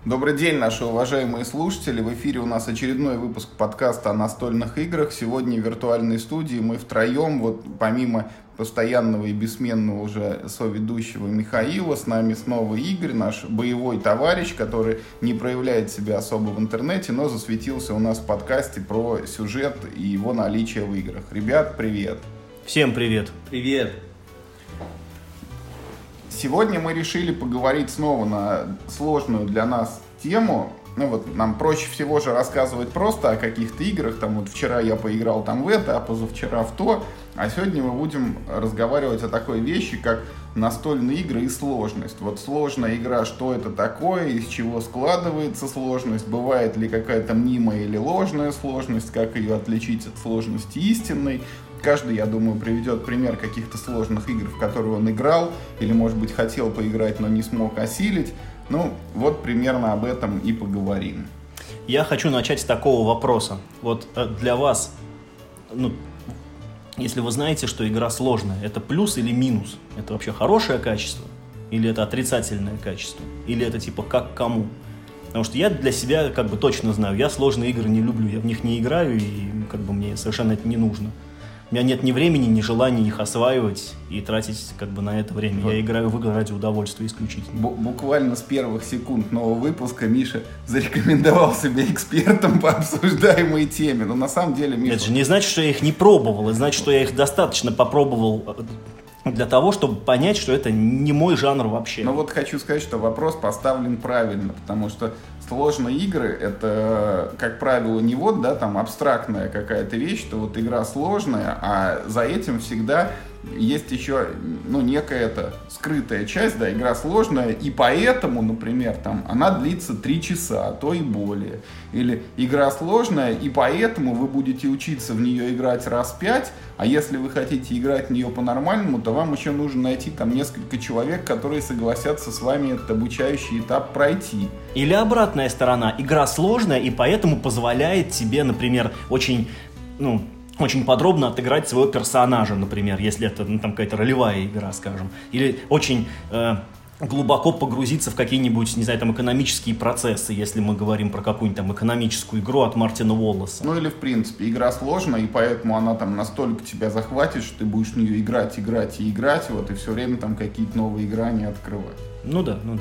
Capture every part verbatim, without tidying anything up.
Добрый день, наши уважаемые слушатели. В эфире у нас очередной выпуск подкаста о настольных играх. Сегодня в виртуальной студии мы втроем, вот помимо постоянного и бессменного уже соведущего Михаила, с нами снова Игорь, наш боевой товарищ, который не проявляет себя особо в интернете, но засветился у нас в подкасте про сюжет и его наличие в играх. Ребят, привет! Всем привет! Привет! Сегодня мы решили поговорить снова на сложную для нас тему. Ну вот нам проще всего же рассказывать просто о каких-то играх. Там вот вчера я поиграл там в это, а позавчера в то. А сегодня мы будем разговаривать о такой вещи, как настольные игры и сложность. Вот сложная игра, что это такое, из чего складывается сложность, бывает ли какая-то мнимая или ложная сложность, как ее отличить от сложности истинной. Каждый, я думаю, приведет пример каких-то сложных игр, в которые он играл, или, может быть, хотел поиграть, но не смог осилить. Ну, вот примерно об этом и поговорим. Я хочу начать с такого вопроса. Вот для вас, ну, если вы знаете, что игра сложная, это плюс или минус? Это вообще хорошее качество? Или это отрицательное качество? Или это типа как кому? Потому что я для себя как бы точно знаю, я сложные игры не люблю, я в них не играю, и как бы мне совершенно это не нужно. У меня нет ни времени, ни желания их осваивать и тратить как бы на это время. Вот. Я играю в игры ради удовольствия исключительно. Б- буквально с первых секунд нового выпуска Миша зарекомендовал себя экспертом по обсуждаемой теме. Но на самом деле Миша... Это же не значит, что я их не пробовал. Это значит, что я их достаточно попробовал для того, чтобы понять, что это не мой жанр вообще. Но вот хочу сказать, что вопрос поставлен правильно, потому что сложные игры — это, как правило, не вот, да, там абстрактная какая-то вещь, что вот игра сложная, а за этим всегда есть еще, ну, некая это скрытая часть, да, игра сложная, и поэтому, например, там, она длится три часа, а то и более. Или игра сложная, и поэтому вы будете учиться в нее играть раз пять, а если вы хотите играть в нее по-нормальному, то вам еще нужно найти там несколько человек, которые согласятся с вами этот обучающий этап пройти. Или обратная сторона. Игра сложная, и поэтому позволяет тебе, например, очень, ну, очень подробно отыграть своего персонажа, например, если это, ну, там какая-то ролевая игра, скажем. Или очень э, глубоко погрузиться в какие-нибудь, не знаю, там, экономические процессы, если мы говорим про какую-нибудь там экономическую игру от Мартина Уоллеса. Ну или, в принципе, игра сложная, и поэтому она там настолько тебя захватит, что ты будешь в нее играть, играть и играть, вот, и все время там какие-то новые играния открывать. Ну да, ну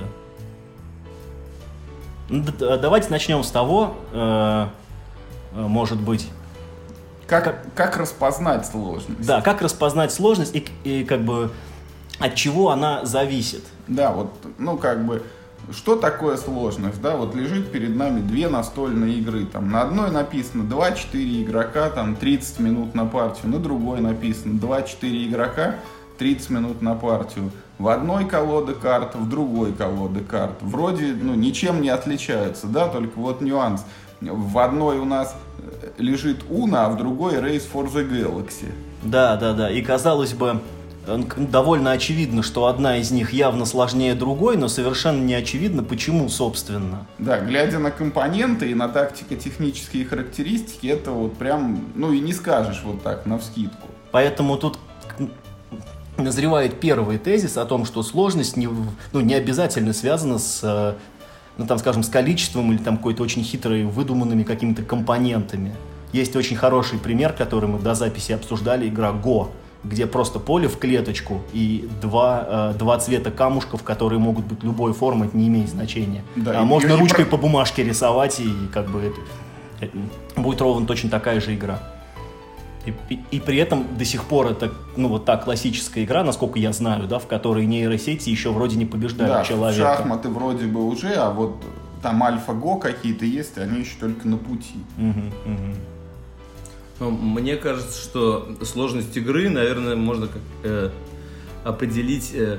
да. Давайте начнем с того, э, может быть... Как, как, как распознать сложность? Да, как распознать сложность и, и как бы от чего она зависит. Да, вот, ну как бы, что такое сложность, да, вот лежит перед нами две настольные игры, там на одной написано два-четыре игрока, там тридцать минут на партию, на другой написано два-четыре игрока, тридцать минут на партию. В одной колоде карт, в другой колоде карт. Вроде, ну, ничем не отличаются, да, только вот нюанс. В одной у нас лежит Uno, а в другой Race for the Galaxy. Да, да, да. И казалось бы, довольно очевидно, что одна из них явно сложнее другой, но совершенно не очевидно, почему, собственно. Да, глядя на компоненты и на тактико-технические характеристики, это вот прям, ну и не скажешь вот так, навскидку. Поэтому тут назревает первый тезис о том, что сложность не, ну, не обязательно связана с... ну, там, скажем, с количеством или там какой-то очень хитрой, выдуманными какими-то компонентами. Есть очень хороший пример, который мы до записи обсуждали, игра Go, где просто поле в клеточку и два, э, два цвета камушков, которые могут быть любой формы, это не имеет значения. Да, а и, можно и, ручкой и... по бумажке рисовать, и как бы это, это, будет ровно точно такая же игра. И, и, и при этом до сих пор это, ну, вот та классическая игра, насколько я знаю, да, в которой нейросети еще вроде не побеждают да, человека. Да, шахматы вроде бы уже, а вот там альфа-го какие-то есть, они еще только на пути. Угу, угу. Мне кажется, что сложность игры, наверное, можно как, э, определить э,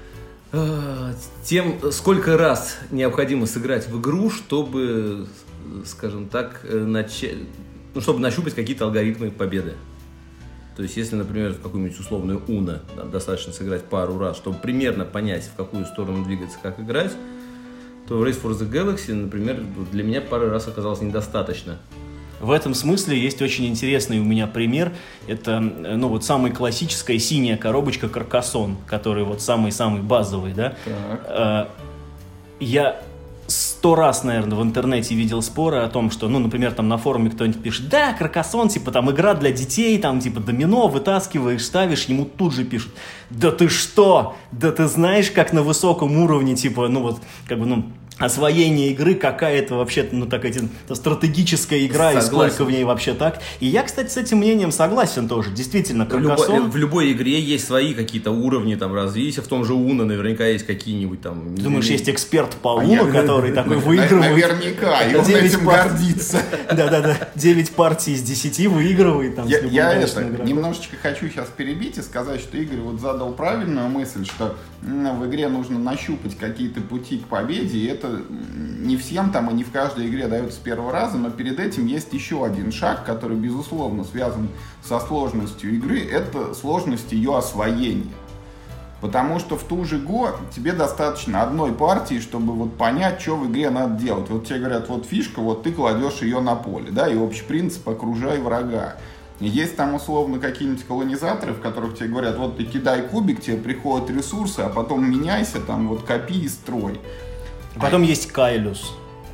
э, тем, сколько раз необходимо сыграть в игру, чтобы, скажем так, начать... Ну, чтобы нащупать какие-то алгоритмы победы. То есть, если, например, в какую-нибудь условную Uno нам достаточно сыграть пару раз, чтобы примерно понять, в какую сторону двигаться, как играть, то в Race for the Galaxy, например, для меня пару раз оказалось недостаточно. В этом смысле есть очень интересный у меня пример. Это, ну, вот самая классическая синяя коробочка Каркассон, который вот самый-самый базовый, да. Так. Я сто сто раз, наверное, в интернете видел споры о том, что, ну, например, там на форуме кто-нибудь пишет, да, Каркассон, типа, там, игра для детей, там, типа, домино, вытаскиваешь, ставишь, ему тут же пишут, да ты что? Да ты знаешь, как на высоком уровне, типа, ну, вот, как бы, ну, освоение игры, какая это вообще, ну, такая стратегическая игра, согласен. И сколько в ней вообще так. И я, кстати, с этим мнением согласен тоже. Действительно, Каркассон... В, любо, в любой игре есть свои какие-то уровни там развития. В том же Уно наверняка есть какие-нибудь там... Думаешь, есть эксперт по Уно, который такой выигрывает? Наверняка, и он этим гордится. Да-да-да, девять партий из десяти выигрывает. Я это немножечко хочу сейчас перебить и сказать, что Игорь вот задал правильную мысль, что в игре нужно нащупать какие-то пути к победе, и это не всем там и не в каждой игре дается с первого раза, но перед этим есть еще один шаг, который, безусловно, связан со сложностью игры, это сложность ее освоения. Потому что в ту же го тебе достаточно одной партии, чтобы вот понять, что в игре надо делать. Вот тебе говорят, вот фишка, вот ты кладешь ее на поле, да, и общий принцип окружай врага. Есть там условно какие-нибудь колонизаторы, в которых тебе говорят, вот ты кидай кубик, тебе приходят ресурсы, а потом меняйся, там вот копи и строй. Потом есть Кайлюс,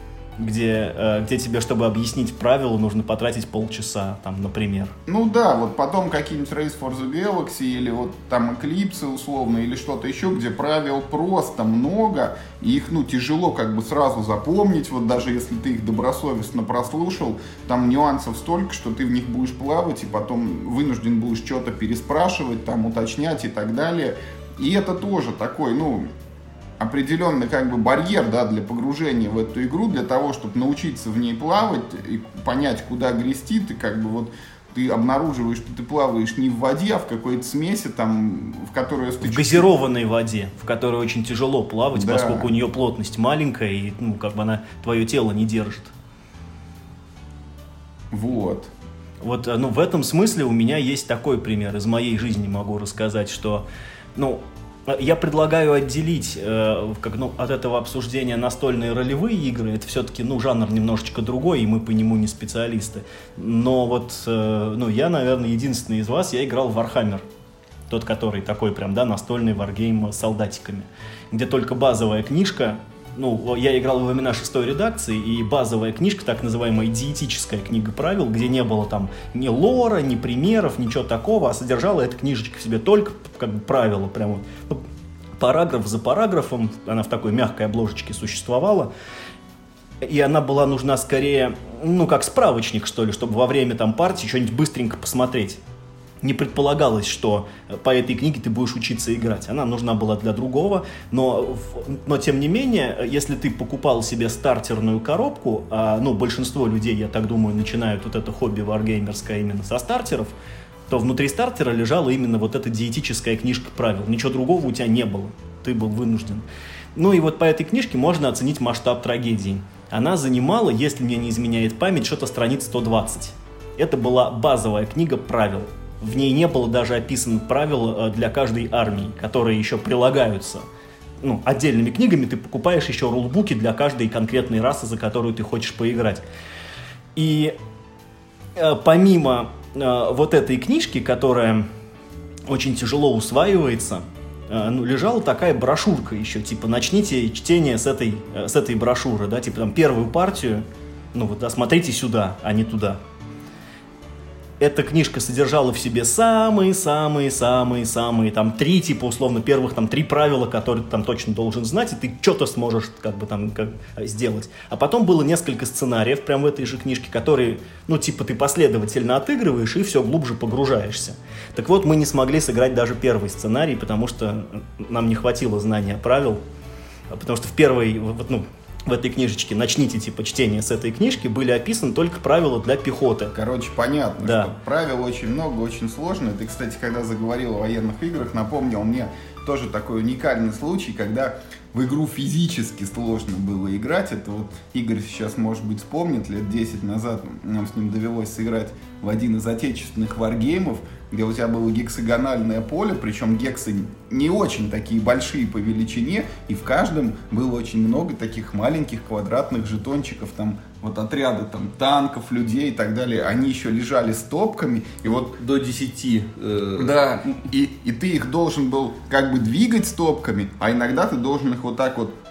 где, э, где тебе, чтобы объяснить правила, нужно потратить полчаса, там, например. Ну да, вот потом какие-нибудь Race for the Galaxy или вот там Эклипсы условно, или что-то еще, где правил просто много, и их, ну, тяжело как бы сразу запомнить, вот даже если ты их добросовестно прослушал, там нюансов столько, что ты в них будешь плавать, и потом вынужден будешь что-то переспрашивать, там, уточнять и так далее. И это тоже такой, ну... определенный как бы барьер, да, для погружения в эту игру, для того, чтобы научиться в ней плавать и понять, куда грести, ты как бы вот ты обнаруживаешь, что ты плаваешь не в воде, а в какой-то смеси, там, в которой... В газированной воде, в которой очень тяжело плавать, да. Поскольку у нее плотность маленькая, и, ну, как бы она твое тело не держит. Вот. Вот, ну, в этом смысле у меня есть такой пример из моей жизни, могу рассказать, что, ну, я предлагаю отделить э, как, ну, от этого обсуждения настольные ролевые игры. Это все-таки, ну, жанр немножечко другой, и мы по нему не специалисты. Но вот, э, ну, я, наверное, единственный из вас, я играл в Warhammer. Тот, который такой прям, да, настольный варгейм с солдатиками. Где только базовая книжка. Ну, я играл во времена шестой редакции, и базовая книжка, так называемая диетическая книга правил, где не было там ни лора, ни примеров, ничего такого, а содержала эта книжечка в себе только как бы правила, прям вот, ну, параграф за параграфом, она в такой мягкой обложечке существовала, и она была нужна скорее, ну, как справочник, что ли, чтобы во время там партии что-нибудь быстренько посмотреть. Не предполагалось, что по этой книге ты будешь учиться играть. Она нужна была для другого, но, но тем не менее, если ты покупал себе стартерную коробку, а, ну, большинство людей, я так думаю, начинают вот это хобби варгеймерское именно со стартеров, то внутри стартера лежала именно вот эта диетическая книжка правил. Ничего другого у тебя не было. Ты был вынужден. Ну и вот по этой книжке можно оценить масштаб трагедии. Она занимала, если мне не изменяет память, что-то страниц сто двадцать. Это была базовая книга правил. В ней не было даже описано правил для каждой армии, которые еще прилагаются. Ну, отдельными книгами ты покупаешь еще рулбуки для каждой конкретной расы, за которую ты хочешь поиграть. И э, помимо э, вот этой книжки, которая очень тяжело усваивается, э, ну, лежала такая брошюрка еще, типа, начните чтение с этой, э, с этой брошюры, да, типа, там, первую партию, ну, вот, да, смотрите сюда, а не туда. Эта книжка содержала в себе самые-самые-самые-самые там три, типа, условно, первых там три правила, которые ты там точно должен знать, и ты что-то сможешь как бы там как, сделать. А потом было несколько сценариев прямо в этой же книжке, которые, ну, типа, ты последовательно отыгрываешь и все глубже погружаешься. Так вот, мы не смогли сыграть даже первый сценарий, потому что нам не хватило знания правил, потому что в первой, вот, ну, в этой книжечке «Начните, типа, чтение с этой книжки» были описаны только правила для пехоты. Короче, понятно, да. Что правил очень много, очень сложно. Ты, кстати, когда заговорил о военных играх, напомнил мне тоже такой уникальный случай, когда в игру физически сложно было играть. Это вот Игорь сейчас, может быть, вспомнит, лет десять назад нам с ним довелось сыграть в один из отечественных варгеймов, где у тебя было гексагональное поле, причем гексы не очень такие большие по величине, и в каждом было очень много таких маленьких квадратных жетончиков, там вот отряды там танков, людей и так далее, они еще лежали стопками, и вот до десяти. Э... Да, и, и ты их должен был как бы двигать стопками, а иногда ты должен их вот так вот, ну,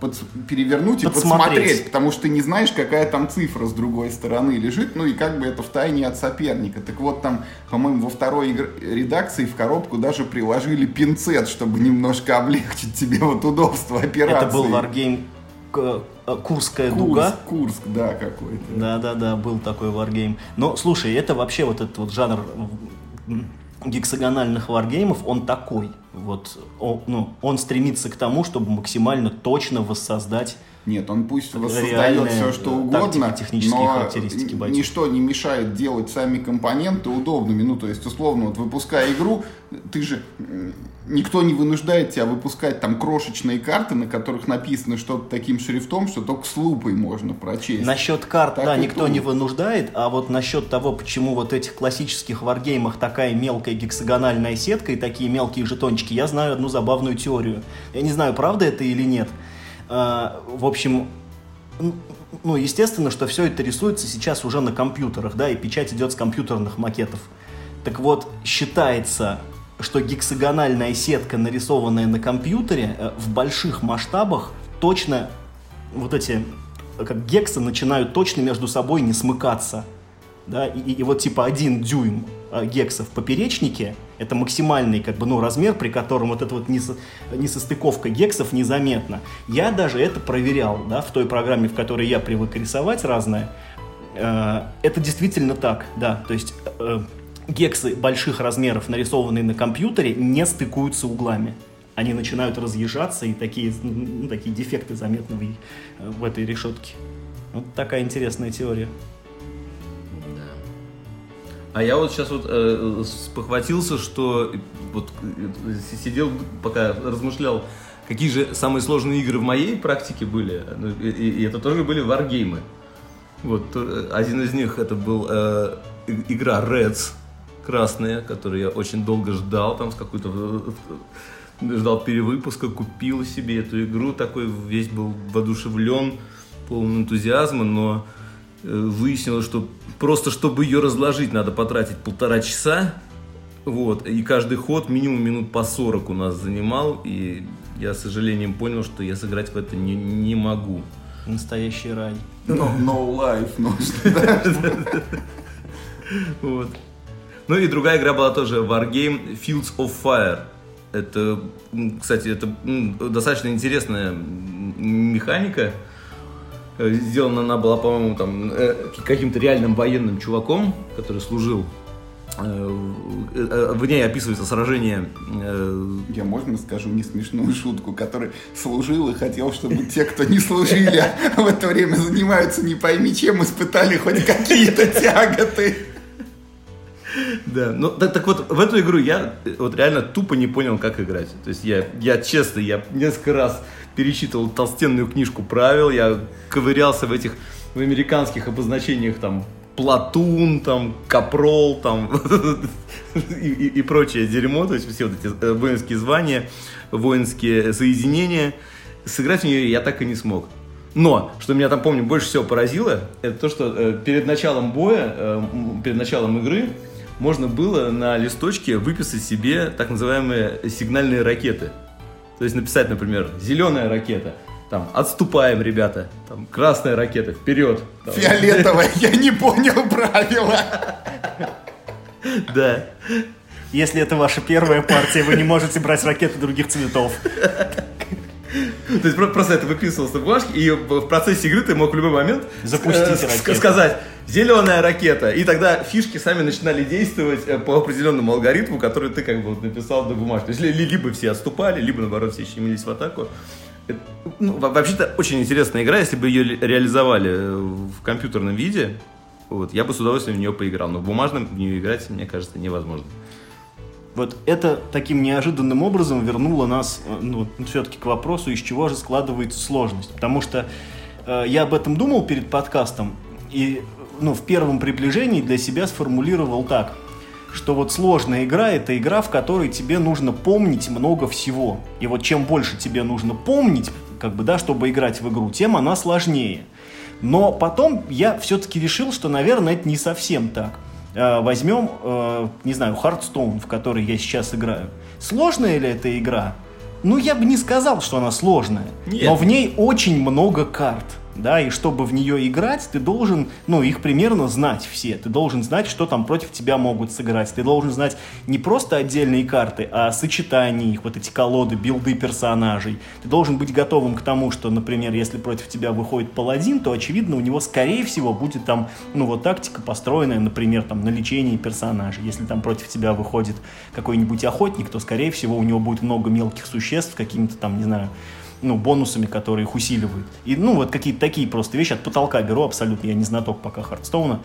под, перевернуть и подсмотреть. подсмотреть, потому что ты не знаешь, какая там цифра с другой стороны лежит, ну и как бы это втайне от соперника. Так вот там, по-моему, во второй игр... редакции в коробку даже приложили пинцет, чтобы немножко облегчить тебе вот удобство операции. Это был Wargame Курская Курск, дуга. Курск, да, какой-то. Да-да-да, был такой Wargame. Но, слушай, это вообще вот этот вот жанр гексагональных варгеймов, он такой. Вот, он, ну, он стремится к тому, чтобы максимально точно воссоздать. Нет, он пусть воссоздает все, что угодно, тактики, но характеристики бойцов. Ничто не мешает делать сами компоненты удобными. Ну, то есть, условно, вот выпуская игру, ты же... Никто не вынуждает тебя выпускать там крошечные карты, на которых написано что-то таким шрифтом, что только с лупой можно прочесть. Насчет карт, так да, никто тут. не вынуждает, а вот насчет того, почему вот этих классических варгеймах такая мелкая гексагональная сетка и такие мелкие жетончики, я знаю одну забавную теорию. Я не знаю, правда это или нет. А, в общем, ну, естественно, что все это рисуется сейчас уже на компьютерах, да, и печать идет с компьютерных макетов. Так вот, считается, что гексагональная сетка, нарисованная на компьютере, в больших масштабах точно вот эти как гексы начинают точно между собой не смыкаться. Да? И, и вот типа один дюйм гекса в поперечнике — это максимальный как бы, ну, размер, при котором вот эта вот несо, несостыковка гексов незаметна. Я даже это проверял, да, в той программе, в которой я привык рисовать разное. Это действительно так, да, то есть гексы больших размеров, нарисованные на компьютере, не стыкуются углами. Они начинают разъезжаться, и такие, ну, такие дефекты заметны в, в этой решетке. Вот такая интересная теория. Да. А я вот сейчас вот э, спохватился, что вот сидел, пока размышлял, какие же самые сложные игры в моей практике были, и, и это тоже были варгеймы. Вот, один из них это был э, игра Reds, красная, которую я очень долго ждал, там с какой-то ждал перевыпуска, купил себе эту игру, такой весь был воодушевлен, полон энтузиазма, но выяснилось, что просто чтобы ее разложить, надо потратить полтора часа, вот, и каждый ход минимум минут по сорок у нас занимал, и я с сожалением понял, что я сыграть в это не, не могу. Настоящий рай. No, no life, нужно. Вот. Ну и другая игра была тоже Wargame Fields of Fire. Это, кстати, это достаточно интересная механика. Сделана она была, по-моему, там каким-то реальным военным чуваком, который служил. В ней описывается сражение. Я, можно скажу не смешную шутку, который служил и хотел, чтобы те, кто не служили, в это время занимаются не пойми чем, испытали хоть какие-то тяготы. Да, ну так, так вот, в эту игру я вот реально тупо не понял, как играть. То есть я, я честно, я несколько раз перечитывал толстенную книжку правил, я ковырялся в этих, в американских обозначениях, там, платун, там, капрол, там, и, и, и прочее дерьмо, то есть все вот эти воинские звания, воинские соединения. Сыграть в нее я так и не смог. Но, что меня там, помню, больше всего поразило, это то, что э, перед началом боя, э, перед началом игры можно было на листочке выписать себе так называемые сигнальные ракеты. То есть написать, например, зеленая ракета, там, отступаем, ребята, там, красная ракета, вперед. Там. Фиолетовая, я не понял правила. Да. Если это ваша первая партия, вы не можете брать ракеты других цветов. То есть просто это выписывалось на бумажке, и в процессе игры ты мог в любой момент запустить э, ракету. Сказать «зеленая ракета», и тогда фишки сами начинали действовать по определенному алгоритму, который ты как бы вот написал на бумажке. То есть либо все отступали, либо наоборот все щемились в атаку. Это, ну, вообще-то очень интересная игра, если бы ее реализовали в компьютерном виде, вот, я бы с удовольствием в нее поиграл, но в бумажном в нее играть, мне кажется, невозможно. Вот это таким неожиданным образом вернуло нас, ну, все-таки к вопросу, из чего же складывается сложность. Потому что э, я об этом думал перед подкастом и, ну, в первом приближении для себя сформулировал так, что вот сложная игра — это игра, в которой тебе нужно помнить много всего. И вот чем больше тебе нужно помнить, как бы, да, чтобы играть в игру, тем она сложнее. Но потом я все-таки решил, что, наверное, это не совсем так. Возьмем, не знаю, Hearthstone, в который я сейчас играю. Сложная ли эта игра? ну, я бы не сказал, что она сложная, Нет. но в ней очень много карт. Да, и чтобы в нее играть, ты должен, ну, их примерно знать все. Ты должен знать, что там против тебя могут сыграть. Ты должен знать не просто отдельные карты, а сочетания их, вот эти колоды, билды персонажей. Ты должен быть готовым к тому, что, например, если против тебя выходит паладин, то, очевидно, у него, скорее всего, будет там, ну, вот тактика, построенная, например, там, на лечении персонажей. Если там против тебя выходит какой-нибудь охотник, то, скорее всего, у него будет много мелких существ, какими-то там, не знаю, ну, бонусами, которые их усиливают. И, ну, вот какие-то такие просто вещи от потолка беру абсолютно, я не знаток пока Хардстоуна.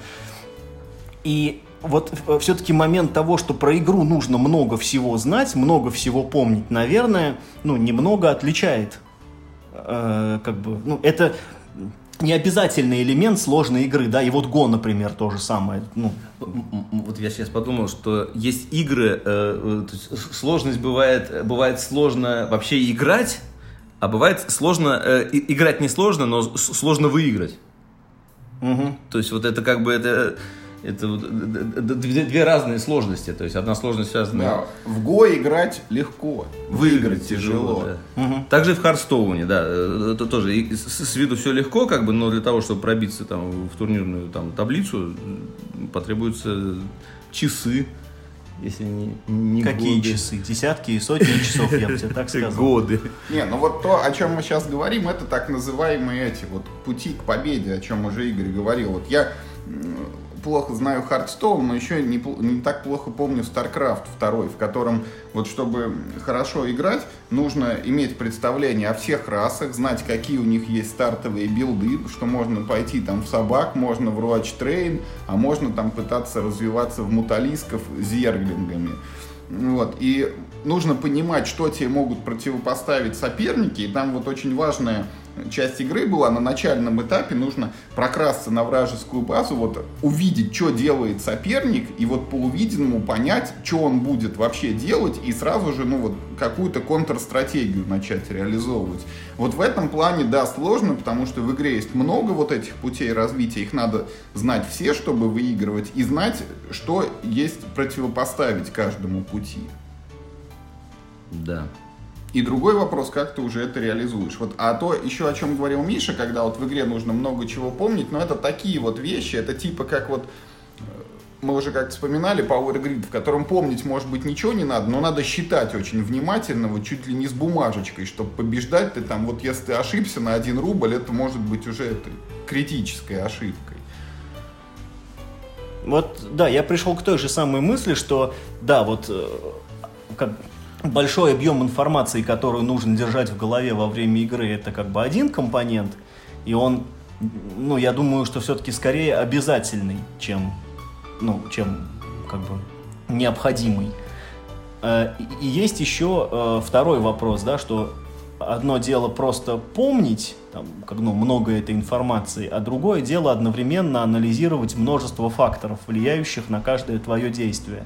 И вот все-таки момент того, что про игру нужно много всего знать, много всего помнить, наверное, ну, немного отличает. Э, как бы, ну, это не обязательный элемент сложной игры, да, и вот Го, например, то же самое. Ну. Вот я сейчас подумал, что есть игры, э, то есть сложность бывает, бывает сложно вообще играть, а бывает сложно, э, играть не сложно, но сложно выиграть. Угу. То есть вот это как бы, это, это две, две разные сложности. То есть одна сложность связана... Да, в Го играть легко, выиграть тяжело. Да. Угу. Также и в Хардстоуне, да, это тоже и с, с виду все легко, как бы, но для того, чтобы пробиться там, в турнирную там, таблицу, потребуются часы. Если не, не Какие годы. часы? Десятки и сотни часов, я бы тебе так сказал. Годы. Не, ну вот то, о чем мы сейчас говорим, это так называемые эти вот пути к победе, о чем уже Игорь говорил. Вот я плохо знаю Hearthstone, но еще не, не так плохо помню StarCraft два, в котором вот чтобы хорошо играть, нужно иметь представление о всех расах, знать, какие у них есть стартовые билды, что можно пойти там в собак, можно в Ruach Train, а можно там пытаться развиваться в муталисков зерглингами. Вот. И нужно понимать, что тебе могут противопоставить соперники, и там вот очень важная часть игры была, на начальном этапе нужно прокрасться на вражескую базу, вот увидеть, что делает соперник, и вот по увиденному понять, что он будет вообще делать, и сразу же, ну вот, какую-то контрстратегию начать реализовывать. Вот в этом плане, да, сложно, потому что в игре есть много вот этих путей развития, их надо знать все, чтобы выигрывать, и знать, что есть противопоставить каждому пути. Да. И другой вопрос, как ты уже это реализуешь. Вот, а то еще о чем говорил Миша, когда вот в игре нужно много чего помнить, но это такие вот вещи, это типа как вот, мы уже как-то вспоминали, Power Grid, в котором помнить, может быть, ничего не надо, но надо считать очень внимательно, вот чуть ли не с бумажечкой, чтобы побеждать ты там, вот если ты ошибся на один рубль, это может быть уже это, критической ошибкой. Вот, да, я пришел к той же самой мысли, что, да, вот, как... большой объем информации, которую нужно держать в голове во время игры, это как бы один компонент, и он, ну, я думаю, что все-таки скорее обязательный, чем, ну, чем как бы необходимый. И есть еще второй вопрос, да, что одно дело просто помнить, там, как, ну, много этой информации, а другое дело одновременно анализировать множество факторов, влияющих на каждое твое действие.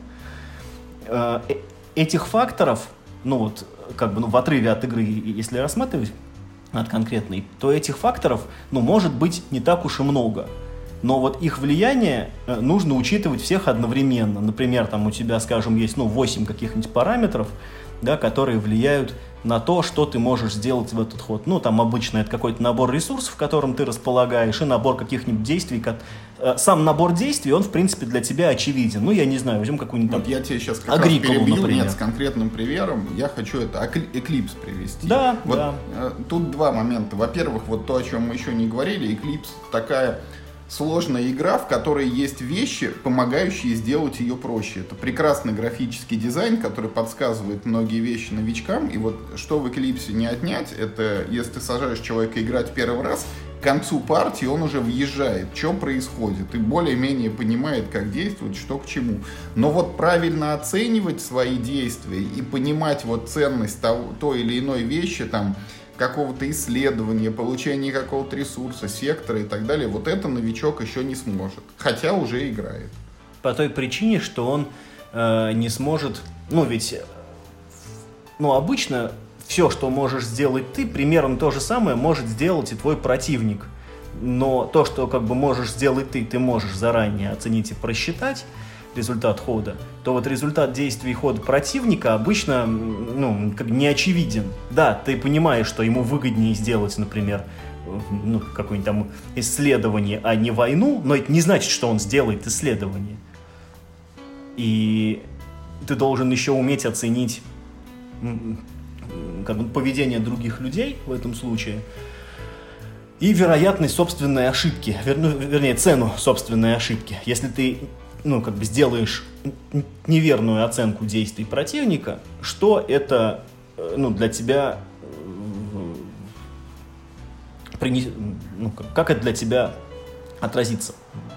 Этих факторов, ну вот, как бы, ну, в отрыве от игры, если рассматривать от конкретной, то этих факторов, ну, может быть не так уж и много. Но вот их влияние нужно учитывать всех одновременно. Например, там у тебя, скажем, есть, ну, восемь каких-нибудь параметров, да, которые влияют на то, что ты можешь сделать в этот ход. Ну, там обычно это какой-то набор ресурсов, которым ты располагаешь, и набор каких-нибудь действий. Как... Сам набор действий, он, в принципе, для тебя очевиден. Ну, я не знаю, возьмем какую-нибудь... Вот там, я тебе сейчас как Агриколу, раз перебью, например. Нет, с конкретным примером. Я хочу это Eclipse привести. Да, вот, да. Тут два момента. Во-первых, вот то, о чем мы еще не говорили, Eclipse такая сложная игра, в которой есть вещи, помогающие сделать ее проще. Это прекрасный графический дизайн, который подсказывает многие вещи новичкам. И вот что в Eclipse не отнять, это если ты сажаешь человека играть первый раз, к концу партии он уже въезжает, что происходит, и более-менее понимает, как действовать, что к чему. Но вот правильно оценивать свои действия и понимать вот ценность того, той или иной вещи, там, какого-то исследования, получения какого-то ресурса, сектора и так далее, вот это новичок еще не сможет, хотя уже играет. По той причине, что он э, не сможет, ну ведь, ну обычно все, что можешь сделать ты, примерно то же самое может сделать и твой противник. Но то, что как бы можешь сделать ты, ты можешь заранее оценить и просчитать. результат хода, то вот результат действий хода противника обычно, ну, как не очевиден. Да, ты понимаешь, что ему выгоднее сделать, например, ну, какое-нибудь там исследование, а не войну, но это не значит, что он сделает исследование. И ты должен еще уметь оценить как бы поведение других людей в этом случае и вероятность собственной ошибки, вер, ну, вернее, цену собственной ошибки. Если ты, ну, как бы сделаешь неверную оценку действий противника, что это, ну, для тебя, ну, как это для тебя отразится?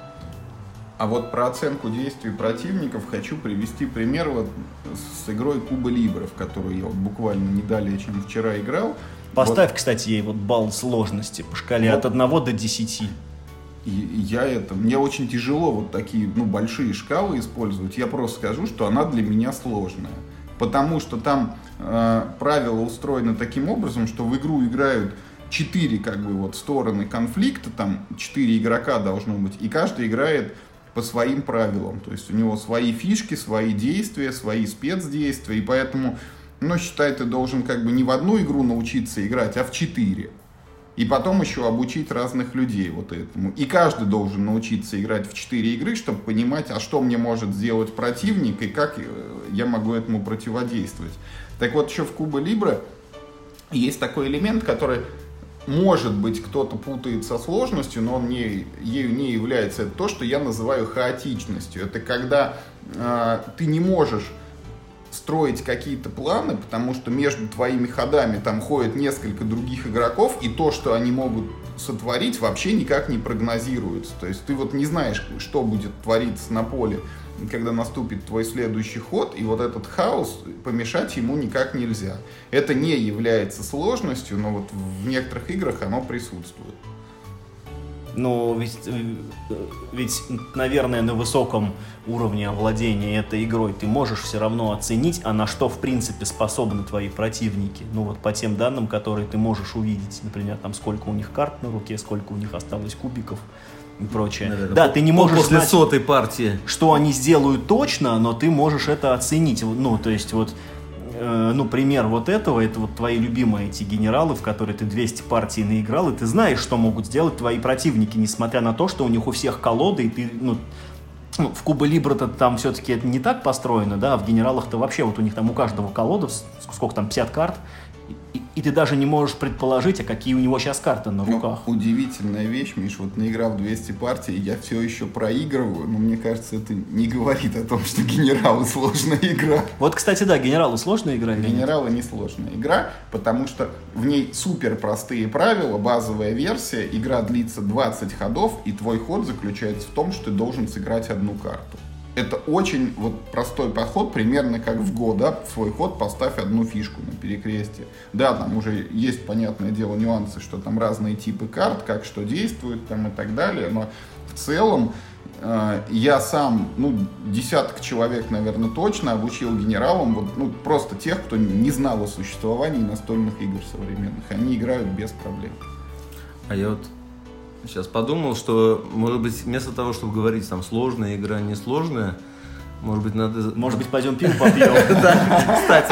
А вот про оценку действий противников хочу привести пример вот с игрой Куба Либре, в которую я вот буквально не далее, чем вчера играл. Поставь, вот, кстати, ей вот балл сложности по шкале вот, от одного до десяти. И я это, мне очень тяжело вот такие, ну, большие шкалы использовать. Я просто скажу, что она для меня сложная. Потому что там э, правила устроены таким образом, что в игру играют четыре как бы вот стороны конфликта, там четыре игрока должно быть, и каждый играет по своим правилам. То есть у него свои фишки, свои действия, свои спецдействия, и поэтому, ну, считай, ты должен как бы не в одну игру научиться играть, а в четыре. И потом еще обучить разных людей вот этому. И каждый должен научиться играть в четыре игры, чтобы понимать, а что мне может сделать противник и как я могу этому противодействовать. Так вот, еще в Куба Либре есть такой элемент, который, может быть, кто-то путает со сложностью, но он не, ею не является. Это то, что я называю хаотичностью. Это когда э, ты не можешь строить какие-то планы, потому что между твоими ходами там ходят несколько других игроков, и то, что они могут сотворить, вообще никак не прогнозируется. То есть ты вот не знаешь, что будет твориться на поле, когда наступит твой следующий ход, и вот этот хаос, помешать ему никак нельзя. Это не является сложностью, но вот в некоторых играх оно присутствует. Ну, ведь, ведь, наверное, на высоком уровне овладения этой игрой ты можешь все равно оценить, а на что, в принципе, способны твои противники. Ну, вот по тем данным, которые ты можешь увидеть. Например, там, сколько у них карт на руке, сколько у них осталось кубиков и прочее. Наверное, да, по, ты не можешь после знать, сотой партии, что они сделают точно, но ты можешь это оценить. Ну, то есть, вот, э, ну, пример вот этого, это вот твои любимые эти генералы, в которые ты двести партий наиграл, и ты знаешь, что могут сделать твои противники, несмотря на то, что у них у всех колоды, и ты, ну, ну в Куба Либре-то там все-таки это не так построено, да, а в генералах-то вообще вот у них там у каждого колода, сколько там, пятьдесят карт, и, и ты даже не можешь предположить, а какие у него сейчас карты на руках. Ну, удивительная вещь, Миш, вот наиграв двести партий, я все еще проигрываю, но мне кажется, это не говорит о том, что генералы сложная игра. Вот, кстати, да, генералы сложная игра? Генералы не сложная игра, потому что в ней супер простые правила, базовая версия, игра длится двадцать ходов, и твой ход заключается в том, что ты должен сыграть одну карту. Это очень вот простой подход, примерно как в Го, да, в свой ход поставь одну фишку на перекрестие. Да, там уже есть, понятное дело, нюансы, что там разные типы карт, как что действует там и так далее, но в целом э, я сам, ну, десяток человек, наверное, точно обучил генералам, вот, ну, просто тех, кто не знал о существовании настольных игр современных. Они играют без проблем. А я вот сейчас подумал, что, может быть, вместо того, чтобы говорить, там, сложная игра, несложная, может быть, надо... Может быть, пойдем пиво попьем? Да, кстати,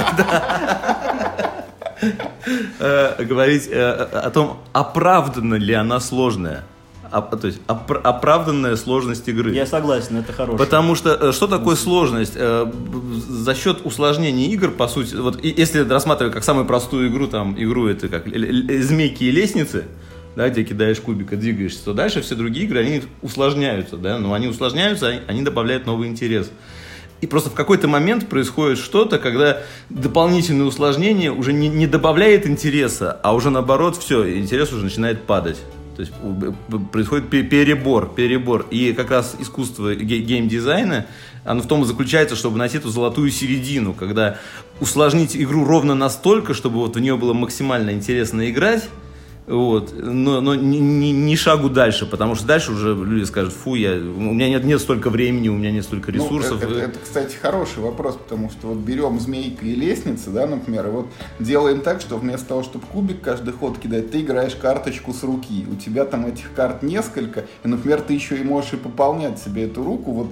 да. Говорить о том, оправдана ли она сложная. То есть, оправданная сложность игры. Я согласен, это хорошо. Потому что, что такое сложность? За счет усложнения игр, по сути, вот если рассматривать как самую простую игру, там, игру это как змейки и лестницы, да, где кидаешь кубик и двигаешься, то дальше все другие игры, они усложняются, да, но они усложняются, они добавляют новый интерес. И просто в какой-то момент происходит что-то, когда дополнительное усложнение уже не, не добавляет интереса, а уже наоборот, все, интерес уже начинает падать. То есть происходит перебор, перебор. И как раз искусство геймдизайна, оно в том и заключается, чтобы найти эту золотую середину, когда усложнить игру ровно настолько, чтобы вот в нее было максимально интересно играть, вот, но, но ни, ни, ни шагу дальше, потому что дальше уже люди скажут: фу, я, у меня нет, нет столько времени, у меня нет столько ресурсов. Ну, это, это, кстати, хороший вопрос, потому что вот берем змейка и лестницы, да, например, и вот делаем так, что вместо того, чтобы кубик каждый ход кидать, ты играешь карточку с руки, у тебя там этих карт несколько, и, например, ты еще и можешь и пополнять себе эту руку, вот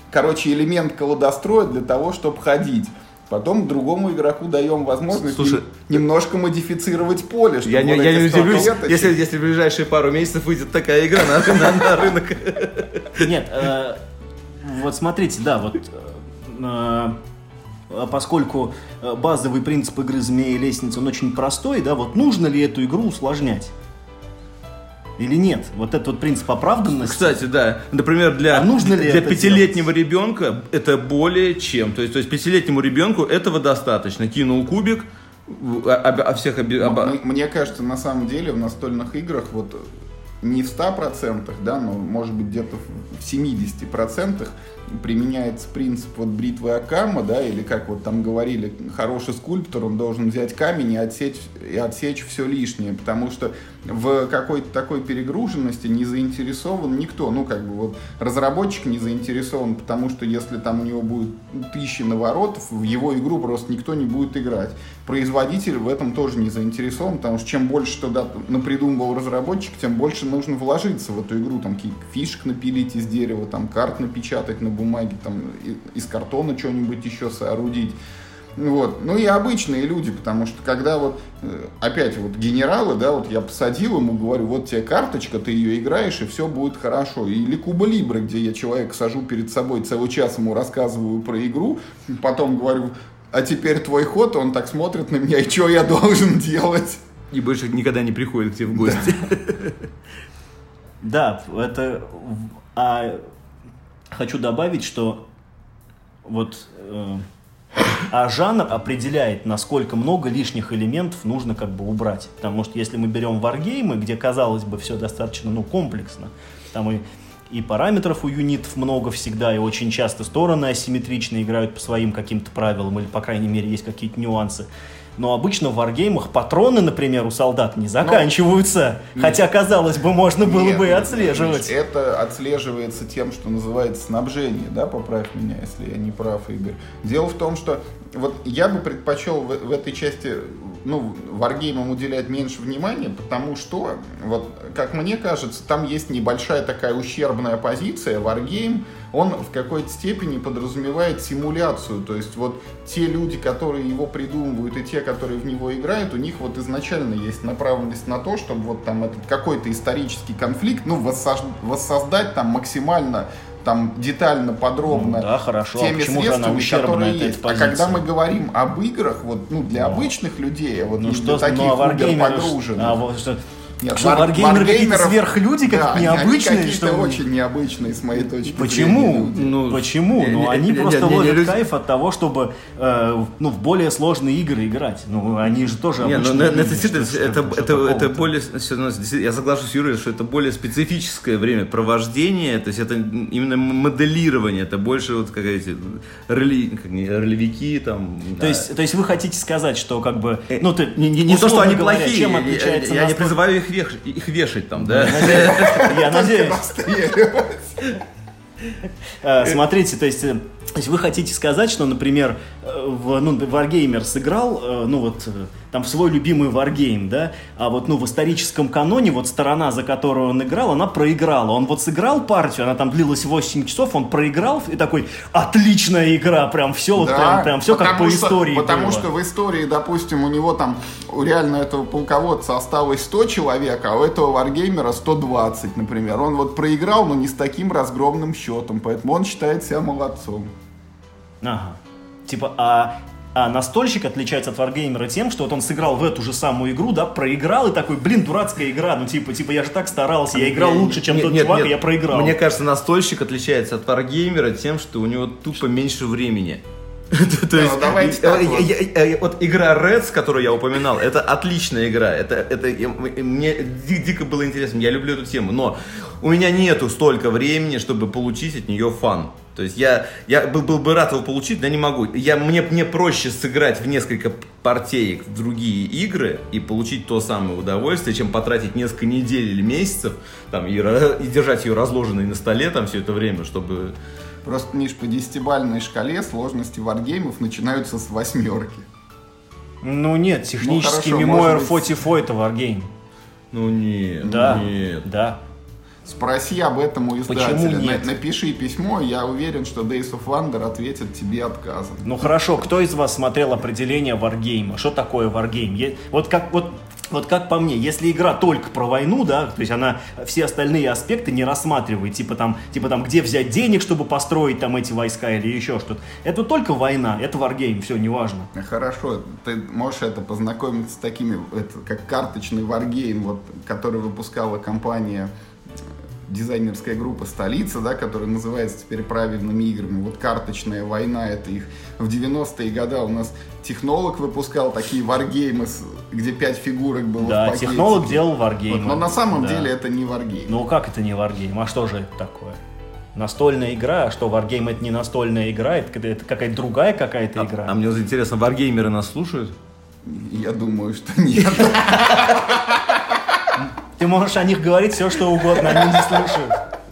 короче, элемент колодостроя для того, чтобы ходить. Потом другому игроку даем возможность Слушай, немножко модифицировать поле. Я не, я не удивлюсь, если, если в ближайшие пару месяцев выйдет такая игра на, на, на рынок. Нет, э, вот смотрите, да, вот э, поскольку базовый принцип игры «Змея и лестница», он очень простой, да, вот нужно ли эту игру усложнять? Или нет? Вот этот вот принцип оправданности. Кстати, да. Например, для, а нужно ли для пятилетнего делать? Ребенка это более чем. То есть, то есть пятилетнему ребенку этого достаточно. Кинул кубик, о, о всех... Об... Мне, мне кажется, на самом деле в настольных играх вот не в ста процентах, да, но может быть где-то в семидесяти процентах применяется принцип вот бритвы Оккама, да, или как вот там говорили, хороший скульптор, он должен взять камень и отсечь, и отсечь все лишнее, потому что в какой-то такой перегруженности не заинтересован никто, ну как бы вот разработчик не заинтересован, потому что если там у него будет тысячи наворотов, в его игру просто никто не будет играть. Производитель в этом тоже не заинтересован, потому что чем больше туда напридумывал разработчик, тем больше нужно вложиться в эту игру, там какие-то фишек напилить из дерева, там карт напечатать на бумаге, там из картона что-нибудь еще соорудить. Вот. Ну и обычные люди, потому что когда вот, опять вот генералы, да, вот я посадил ему, говорю, вот тебе карточка, ты ее играешь, и все будет хорошо. Или Куба Либре, где я человека сажу перед собой, целый час ему рассказываю про игру, потом говорю, а теперь твой ход, он так смотрит на меня, и что я должен делать? И больше никогда не приходит к тебе в гости. Да, это... А хочу добавить, что вот... А жанр определяет, насколько много лишних элементов нужно как бы убрать. Потому что если мы берем варгеймы, где, казалось бы, все достаточно ну, комплексно, там и, и параметров у юнитов много всегда, и очень часто стороны асимметрично играют по своим каким-то правилам, или, по крайней мере, есть какие-то нюансы. Но обычно в варгеймах патроны, например, у солдат не заканчиваются. Но, хотя, нет, казалось бы, можно было нет, бы и отслеживать. Это отслеживается тем, что называется снабжение, да, поправь меня, если я не прав, Игорь. Дело в том, что вот я бы предпочел в, в этой части, ну, варгеймам уделять меньше внимания, потому что, вот, как мне кажется, там есть небольшая такая ущербная позиция. Варгейм, он в какой-то степени подразумевает симуляцию, то есть вот те люди, которые его придумывают, и те, которые в него играют, у них вот изначально есть направленность на то, чтобы вот там этот какой-то исторический конфликт, ну, воссоздать там максимально там детально, подробно, ну, да, хорошо. теми а средствами, которые есть. А когда мы говорим об играх, вот, ну, для ну, обычных людей, вот ну, для что, таких ну, а погруженных. А вот что... Нет, что, варгеймеры какие-то сверхлюди, как да, необычные? Они какие-то что... очень необычные, с моей точки Почему? зрения. Ну, Почему? Не, ну, не, они не, просто не, ловят не, не, кайф от того, чтобы э, ну, в более сложные игры играть. Ну, они же тоже не, обычные ну, люди. Это, что, это, что это, это более... Я соглашусь с Юрой, что это более специфическое времяпровождение, то есть это именно моделирование, это больше вот как эти роли, как не, ролевики там... То, да. есть, то есть вы хотите сказать, что как бы... Ну, ты, не, не, не то, что они говоря, плохие, чем отличается я, я не призываю их, веш, их вешать там, да? Я надеюсь. Смотрите, то есть, то есть вы хотите сказать, что, например, в, ну, Wargamer сыграл, ну вот, там в свой любимый Wargame, да, а вот, ну, в историческом каноне вот сторона, за которую он играл, она проиграла. Он вот сыграл партию, она там длилась восемь часов, он проиграл и такой, отличная игра, прям все, вот, да, прям, прям все как по что, истории Потому было. что в истории, допустим, у него там, у реально этого полководца осталось сто человек, а у этого Wargamer сто двадцать, например. Он вот проиграл, но не с таким разгромным счетом, поэтому он считает себя молодцом. Ага. Типа, а, а настольщик отличается от варгеймера тем, что вот он сыграл в эту же самую игру, да, проиграл и такой, блин, дурацкая игра, ну типа, типа я же так старался, я играл лучше, чем нет, тот нет, чувак, нет. и я проиграл. Мне кажется, настольщик отличается от варгеймера тем, что у него тупо меньше времени. То есть, давайте так вот. Вот игра Reds, которую я упоминал, это отличная игра. Это, это мне дико было интересно. Я люблю эту тему, но у меня нету столько времени, чтобы получить от нее фан. То есть я, я был, был бы рад его получить, но не могу. Я, мне, мне проще сыграть в несколько партеек в другие игры и получить то самое удовольствие, чем потратить несколько недель или месяцев там, и, и держать ее разложенной на столе там, все это время, чтобы... Просто, Миш, по десятибалльной шкале сложности варгеймов начинаются с восьмерки. Ну нет, технически ну, Memoir сорок четыре это варгейм. Ну нет, да, нет. Да. Спроси об этом у издателя. Почему нет? Напиши письмо, я уверен, что Days of Wonder ответит тебе отказом. Ну хорошо, кто из вас смотрел определение варгейма? Что такое варгейм? Е- Вот как, вот, вот как по мне, если игра только про войну, да, то есть она все остальные аспекты не рассматривает, типа там, типа там, где взять денег, чтобы построить там эти войска или еще что-то. Это только война, это варгейм, все, неважно. Хорошо, ты можешь это познакомиться с такими, это, как карточный варгейм, вот, который выпускала компания, дизайнерская группа «Столица», да, которая называется теперь правильными играми. Вот «Карточная война», это их в девяностые годы у нас Технолог выпускал такие варгеймы, где пять фигурок было Да, в пакете. Технолог делал варгеймы. Вот, но на самом да. деле это не варгейм. Ну как это не варгейм? А что же это такое? Настольная игра? А что, варгейм это не настольная игра? Это, это какая-то другая какая-то А, игра? а мне вот интересно, варгеймеры нас слушают? Я думаю, что нет. Ты можешь о них говорить все, что угодно, они не слушают.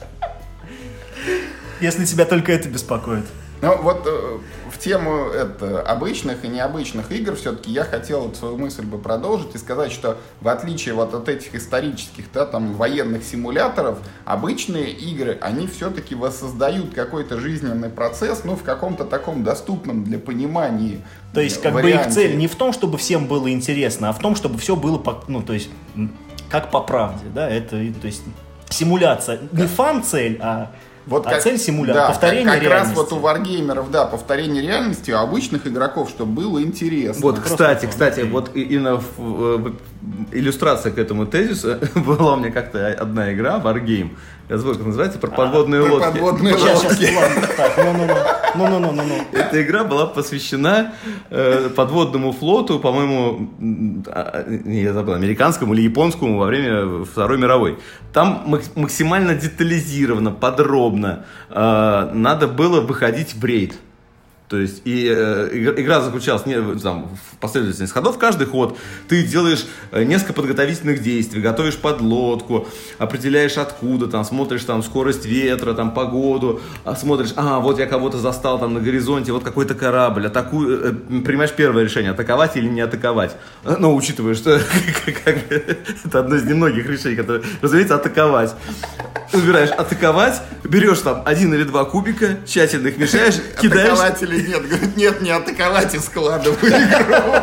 Если тебя только это беспокоит. Ну вот э, в тему это, обычных и необычных игр все-таки я хотел вот свою мысль бы продолжить и сказать, что в отличие вот от этих исторических, да, там, военных симуляторов, обычные игры, они все-таки воссоздают какой-то жизненный процесс, ну, в каком-то таком доступном для понимания То есть, как варианте. бы их цель не в том, чтобы всем было интересно, а в том, чтобы все было, по, ну, то есть, как по правде, да, это, то есть, симуляция. Не фан-цель, а... Вот а как, цель симуляции, да, повторение как, как реальности. раз вот у варгеймеров, да, повторение реальности, а у обычных игроков, чтобы было интересно. Вот, Ну, кстати, просто, кстати, окей. вот и- именно в, в- иллюстрация к этому тезису была у меня как-то одна игра, Wargame. Я забыл, как называется, про подводные про лодки. подводные Сейчас, лодки. сейчас, ладно, так, ну-ну-ну, ну-ну-ну-ну-ну. Эта игра была посвящена э, подводному флоту, по-моему, м, а, не, я забыл, американскому или японскому во время Второй мировой. Там мак- максимально детализированно, подробно э, надо было выходить в рейд. То есть, и э, игра, игра заключалась не, там, в последовательности ходов. Каждый ход ты делаешь э, несколько подготовительных действий, готовишь подлодку, определяешь откуда, там, смотришь там, скорость ветра, там, погоду, а, смотришь, а, вот я кого-то застал там на горизонте, вот какой-то корабль, атакую, э, принимаешь первое решение, атаковать или не атаковать. Но учитывая, что как бы, это одно из немногих решений, которые, разумеется, атаковать. Выбираешь атаковать, берешь там один или два кубика, тщательно их мешаешь, кидаешь. Атаковать или нет? Говорит, нет, не атаковать и складываю игру.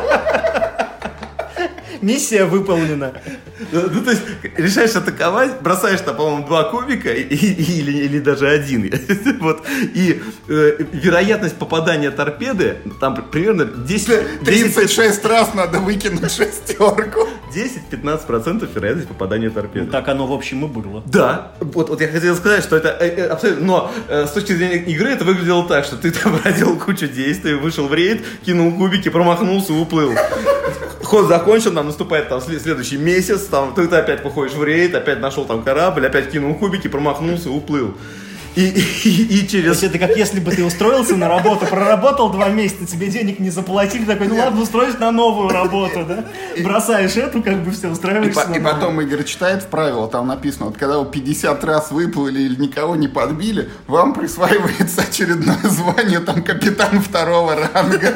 Миссия выполнена. Ну, то есть, решаешь атаковать, бросаешь там, по-моему, два кубика и, и- или, или даже один. Вот. И э, вероятность попадания торпеды там примерно десять тридцать шесть раз надо выкинуть шестерку. десять-пятнадцать процентов вероятность попадания торпеды. Ну, так оно, в общем, и было. Да, вот, вот я хотел сказать, что это э, э, абсолютно, но э, с точки зрения игры это выглядело так, что ты там проделал кучу действий, вышел в рейд, кинул кубики, промахнулся, уплыл. Ход закончен, нам наступает там след- следующий месяц, там ты, ты опять выходишь в рейд, опять нашел там корабль, опять кинул кубики, промахнулся, уплыл. И, и, и То через... есть это как если бы ты устроился на работу, проработал два месяца, тебе денег не заплатили, такой, ну ладно, устроюсь на новую работу, да? Бросаешь эту, как бы все, И, устраиваешься по- на и новую. потом Игорь читает в правила, там написано, вот когда вы пятьдесят раз выплыли или никого не подбили, вам присваивается очередное звание, там, капитан второго ранга.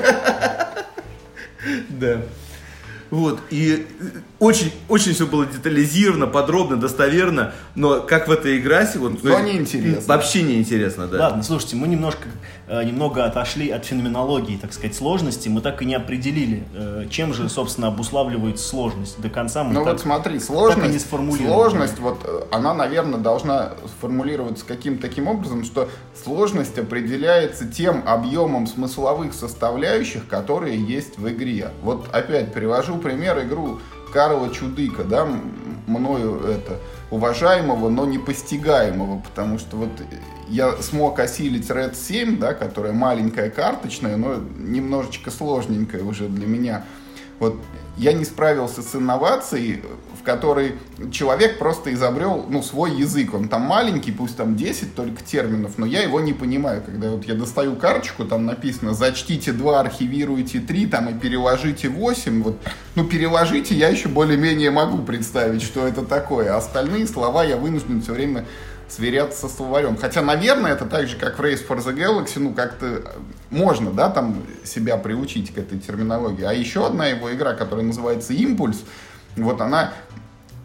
Да. Вот, и очень, очень все было детализировано, подробно, достоверно, но как в этой игре, вот, Но неинтересно. вообще неинтересно, да. Ладно, слушайте, мы немножко, э, немного отошли от феноменологии, так сказать, сложности. Мы так и не определили, э, чем же, собственно, обуславливается сложность. До конца мы Ну так, вот смотри, так и не сложность, сформулировали. сложность, вот э, она, наверное, должна сформулироваться каким-то таким образом, что сложность определяется тем объемом смысловых составляющих, которые есть в игре. Вот опять привожу пример игру Карла Чудыка, да, м- мною это уважаемого, но непостигаемого, потому что вот я смог осилить Ред семь, да, которая маленькая карточная, но немножечко сложненькая уже для меня. Вот я не справился с инновацией, в которой человек просто изобрел, ну, свой язык. Он там маленький, пусть там десять только терминов, но я его не понимаю. Когда вот я достаю карточку, там написано «зачтите два, архивируйте три», там и «переложите восемь». Вот, ну, «переложите» я еще более-менее могу представить, что это такое. А остальные слова я вынужден все время сверяться со словарем. Хотя, наверное, это так же, как в Race for the Galaxy, ну, как-то можно, да, там себя приучить к этой терминологии. А еще одна его игра, которая называется «Импульс», вот она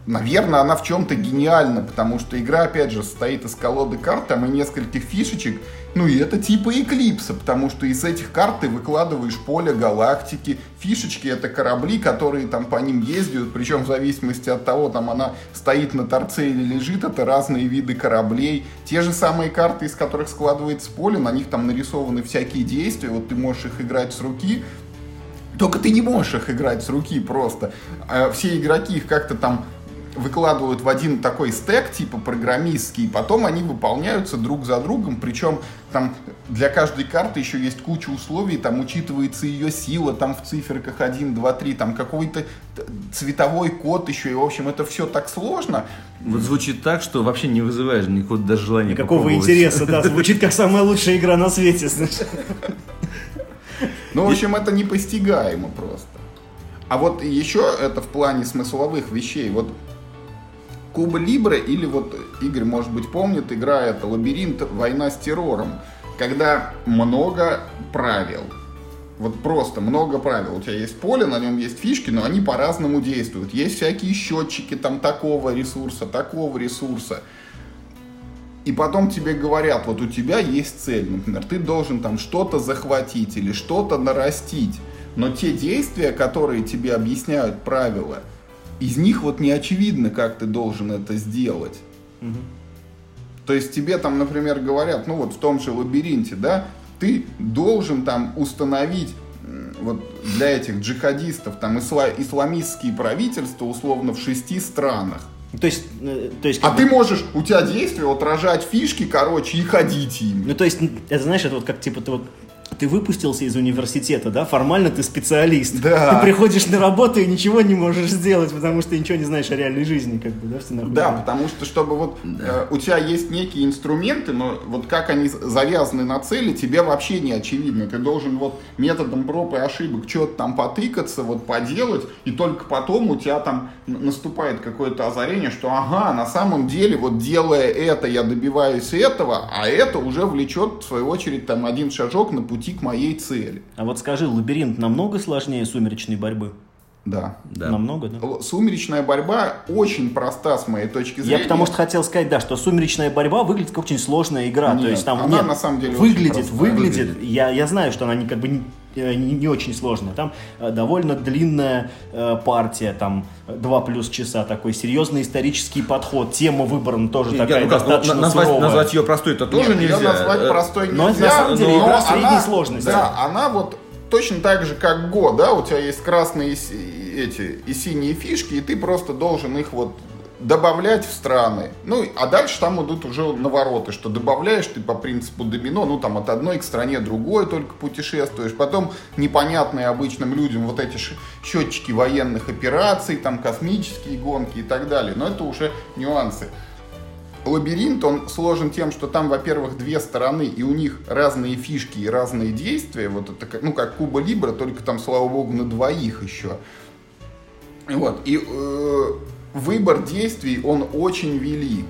наверное, она в чем-то гениальна, потому что игра, опять же, состоит из колоды карт, там и нескольких фишечек, ну и это типа Эклипса, потому что из этих карт ты выкладываешь поле галактики, фишечки — это корабли, которые там по ним ездят, причем в зависимости от того, там она стоит на торце или лежит, это разные виды кораблей. Те же самые карты, из которых складывается поле, на них там нарисованы всякие действия, вот ты можешь их играть с руки, только ты не можешь их играть с руки просто. А все игроки их как-то там выкладывают в один такой стэк, типа программистский, и потом они выполняются друг за другом, причем там для каждой карты еще есть куча условий, там учитывается ее сила, там в циферках один, два, три, там какой-то цветовой код еще, и в общем это все так сложно. Вот звучит так, что вообще не вызываешь никакого даже желания никакого интереса, да, звучит как самая лучшая игра на свете, знаешь. Ну, в общем, это непостигаемо просто. А вот еще это в плане смысловых вещей, вот Куба Либре, или вот Игорь, может быть, помнит, игра это «Лабиринт. Война с террором», когда много правил. Вот просто много правил. У тебя есть поле, на нем есть фишки, но они по-разному действуют. Есть всякие счетчики там такого ресурса, такого ресурса. И потом тебе говорят, вот у тебя есть цель, например, ты должен там что-то захватить или что-то нарастить. Но те действия, которые тебе объясняют правила, из них вот не очевидно, как ты должен это сделать. Угу. То есть тебе там, например, говорят, ну вот в том же лабиринте, да, ты должен там установить вот для этих джихадистов там исла- исламистские правительства условно в шести странах. То есть, то есть, а бы... ты можешь, у тебя действия, вот рожать фишки, короче, и ходить ими. Ну, то есть, это знаешь, это вот как типа ты вот ты выпустился из университета, да, формально ты специалист. Да. Ты приходишь на работу и ничего не можешь сделать, потому что ты ничего не знаешь о реальной жизни, как бы, да, в стенах. Да, потому что, чтобы вот да. э, у тебя есть некие инструменты, но вот как они завязаны на цели, тебе вообще не очевидно. Ты должен вот методом проб и ошибок что-то там потыкаться, вот поделать, и только потом у тебя там наступает какое-то озарение, что ага, на самом деле, вот делая это, я добиваюсь этого, а это уже влечет, в свою очередь, там один шажок на пути к моей цели. А вот скажи, лабиринт намного сложнее сумеречной борьбы? Да. да. Намного, да? Сумеречная борьба очень проста с моей точки зрения. Я потому что хотел сказать, да, что сумеречная борьба выглядит как очень сложная игра. Нет, то есть там она нет, на самом деле выглядит, очень выглядит. выглядит. Я, я знаю, что она не, как бы не, не, не очень сложная. Там э, довольно длинная э, партия, там два плюс часа, такой серьезный исторический подход. Тема выбрана тоже Нет, такая ну как, достаточно назвать, суровая. назвать ее простой это тоже Нет, нельзя. Ее назвать простой но нельзя. Но на самом деле игра средней она, сложности. Да, она вот точно так же, как Го, да, у тебя есть красные эти и синие фишки, и ты просто должен их вот добавлять в страны. Ну, а дальше там идут уже навороты, что добавляешь ты по принципу домино, ну, там от одной к стране другой только путешествуешь. Потом непонятные обычным людям вот эти счетчики военных операций, там космические гонки и так далее. Но это уже нюансы. Лабиринт, он сложен тем, что там, во-первых, две стороны, и у них разные фишки и разные действия. Вот это, ну, как Куба Либре, только там, слава богу, на двоих еще. Вот. И э, выбор действий, он очень велик.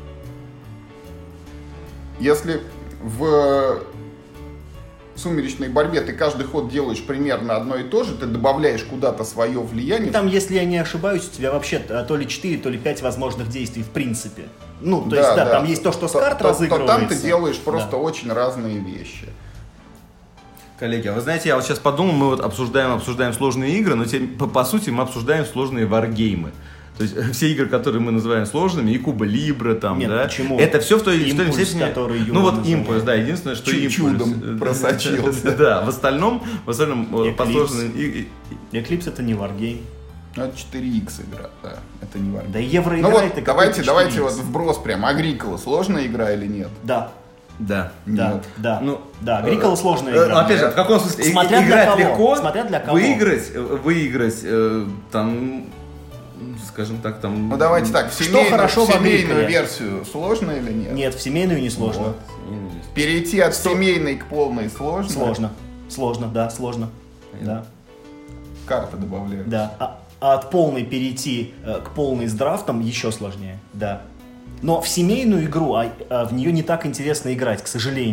Если в сумеречной борьбе ты каждый ход делаешь примерно одно и то же, ты добавляешь куда-то свое влияние. Там, если я не ошибаюсь, у тебя вообще то ли четыре, то ли пять возможных действий в принципе. Ну, то да, есть, да, да, там есть то, что с карт то, разыгрывается. То там ты делаешь просто да. очень разные вещи. Коллеги, а вы знаете, я вот сейчас подумал, мы вот обсуждаем, обсуждаем сложные игры, но те, по, по сути мы обсуждаем сложные варгеймы. То есть все игры, которые мы называем сложными, и Куба Либре, там, Нет, да, почему? это все в той или иной степени. Ну вот называет. импульс, да, единственное, что импульс чудом просочился. Да, в остальном, в остальном по сложным... Эклипс это не варгейм. Ну, это четыре икс игра, да, это не варгейм. Да евроигра ну, вот это давайте, давайте вот вброс прям. Агрикола сложная игра или нет? Да. Да. Да, Нет. да, ну, да. Агрикола сложная игра. Опять же, в каком смысле? Смотря играть для кого. легко, Смотря для кого. выиграть, выиграть, э, там, скажем так, там... Ну давайте так, в семейную, хорошо в семейную в Агриколе? версию сложно или нет? Нет, в семейную не сложно. Вот. Перейти от Сто... семейной к полной сложно? Сложно. Сложно, да, сложно. Да. Карты добавляют. Да. А, а от полной перейти э, к полной с драфтом еще сложнее. Да. Но в семейную игру а, а в нее не так интересно играть, к сожалению.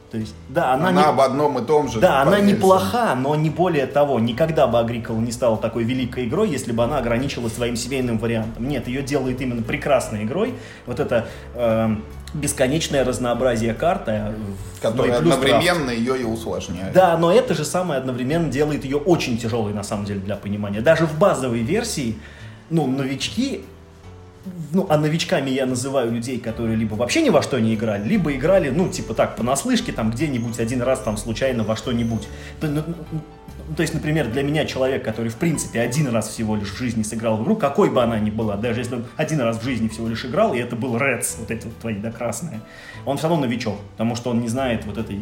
То есть, да, она, она не... об одном и том же. Да, она поверьте. неплоха, но не более того. Никогда бы Agricola не стала такой великой игрой, если бы она ограничилась своим семейным вариантом. Нет, ее делает именно прекрасной игрой. Вот это э, бесконечное разнообразие карты, которое ну, одновременно ее и усложняет. Да, но это же самое одновременно делает ее очень тяжелой, на самом деле, для понимания. Даже в базовой версии, ну, новички... Ну, а новичками я называю людей, которые либо вообще ни во что не играли, либо играли, ну, типа так, понаслышке, там, где-нибудь один раз, там, случайно во что-нибудь. То, ну, то есть, например, для меня человек, который, в принципе, один раз всего лишь в жизни сыграл в игру, какой бы она ни была, даже если он один раз в жизни всего лишь играл, и это был Reds, вот эти вот твои, да, красные, он все равно новичок, потому что он не знает вот этой,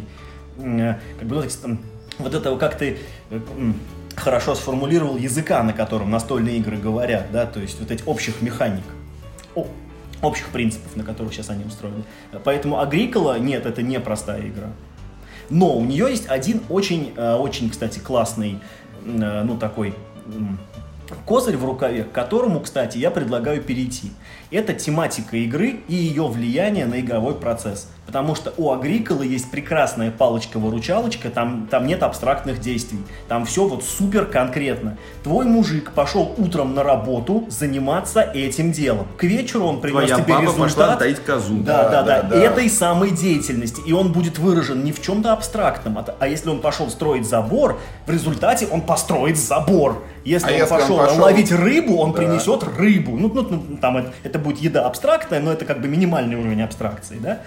как бы, ну, вот этого, как ты... хорошо сформулировал, языка, на котором настольные игры говорят, да, то есть вот этих общих механик. О, общих принципов, на которых сейчас они устроены. Поэтому Agricola, нет, это не простая игра. Но у нее есть один очень, очень, кстати, классный, ну, такой козырь в рукаве, к которому, кстати, я предлагаю перейти. Это тематика игры и ее влияние на игровой процесс. Потому что у Agricola есть прекрасная палочка-выручалочка, там, там нет абстрактных действий. Там все вот супер конкретно. Твой мужик пошел утром на работу заниматься этим делом. К вечеру он принес Твоя тебе баба результат. пошла доить козу. Да, да, да, да, да. Этой самой деятельности. И он будет выражен не в чем-то абстрактном. А, а если он пошел строить забор, в результате он построит забор. Если, а он, если пошел он пошел ловить рыбу, он да. принесет рыбу. Ну, ну, ну там это, это будет еда абстрактная, но это как бы минимальный уровень абстракции, да?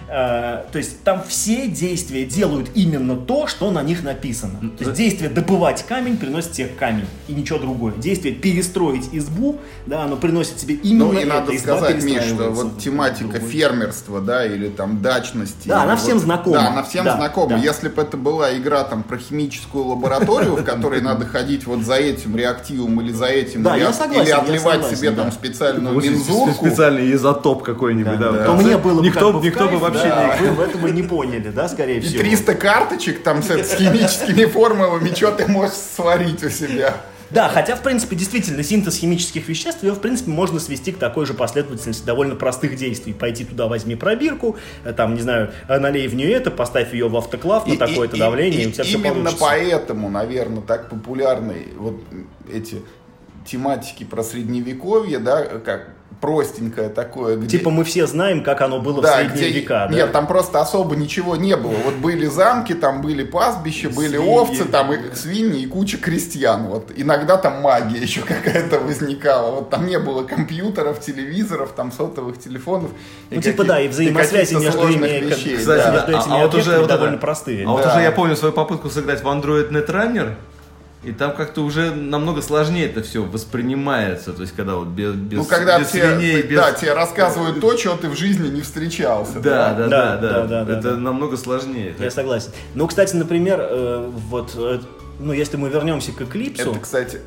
Uh, то есть там все действия делают именно то, что на них написано. Mm-hmm. То есть действие добывать камень приносит тебе камень и ничего другое. Действие перестроить избу, да, оно приносит тебе именно ну, и это. надо Изба сказать, Миш, что вот вот тематика другой. фермерства, да, или там дачности. Да, она вот, всем знакома. Да, она всем да, знакома. Да. Если бы это была игра там про химическую лабораторию, в которой надо ходить вот за этим реактивом или за этим, Да, или, я согласен, или я отливать согласен, себе да. там специальную мензурку. Специальный изотоп какой-нибудь, да. То мне было никто, бы никто бы вообще да, не... вы в этом и не поняли, да, скорее И всего. триста карточек там с, с химическими формулами, что ты можешь сварить у себя. Да, хотя, в принципе, действительно, синтез химических веществ, ее, в принципе, можно свести к такой же последовательности довольно простых действий. Пойти туда, возьми пробирку, там, не знаю, налей в нее это, поставь ее в автоклав на такое-то и, давление, и, и у тебя все именно получится. поэтому, наверное, так популярны вот эти тематики про средневековье, да, как простенькое такое. Где... Типа мы все знаем, как оно было да, в средние где... века. Да? Нет, там просто особо ничего не было. Вот были замки, там были пастбища, были свиньи, овцы, там и свиньи и куча крестьян. Вот. Иногда там магия еще какая-то возникала. Вот там не было компьютеров, телевизоров, там сотовых телефонов. Ну типа да, и взаимосвязи между ими, вещей, кстати, да. между этими а, а вот уже вот довольно это, простые. А да. вот уже я помню свою попытку сыграть в Android Netrunner. И там как-то уже намного сложнее это все воспринимается, то есть когда вот без, без, ну, когда без тебе, свиней, без... да, тебе рассказывают то, чего ты в жизни не встречался. Да, да, да, да, да, да, да это да. намного сложнее. Я согласен. Ну, кстати, например, э, вот, э, ну, если мы вернемся к Eclipse... Это, кстати,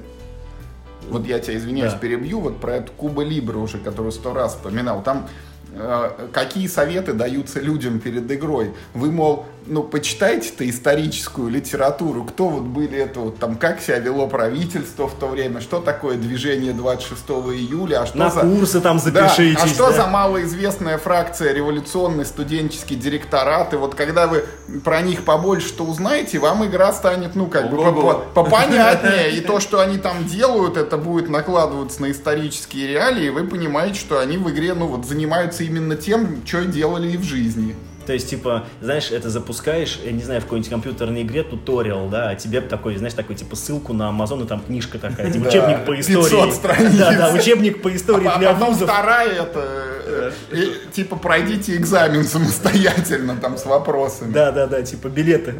вот я тебя, извиняюсь, да. перебью, вот про эту Куба Либра уже, которую сто раз вспоминал, там э, какие советы даются людям перед игрой? Вы, мол, ну, почитайте-то историческую литературу, кто вот были это вот там, как себя вело правительство в то время, что такое движение двадцать шестого июля, а что на за... курсы там запишитесь. Да, а что да? за малоизвестная фракция революционный студенческий директорат, и вот когда вы про них побольше-то узнаете, вам игра станет, ну, как бы попонятнее, и то, что они там делают, это будет накладываться на исторические реалии, и вы понимаете, что они в игре, ну, вот занимаются именно тем, что делали и в жизни. То есть, типа, знаешь, это запускаешь, я не знаю, в какой-нибудь компьютерной игре туториал, да, а тебе такой, знаешь, такой, типа, ссылку на Amazon, и там книжка такая, типа, учебник по истории. пятьсот страниц. Да, да, учебник по истории а, для а потом вузов. вторая, это, и, типа, пройдите экзамен самостоятельно, там, с вопросами. Да, да, да, типа, билеты.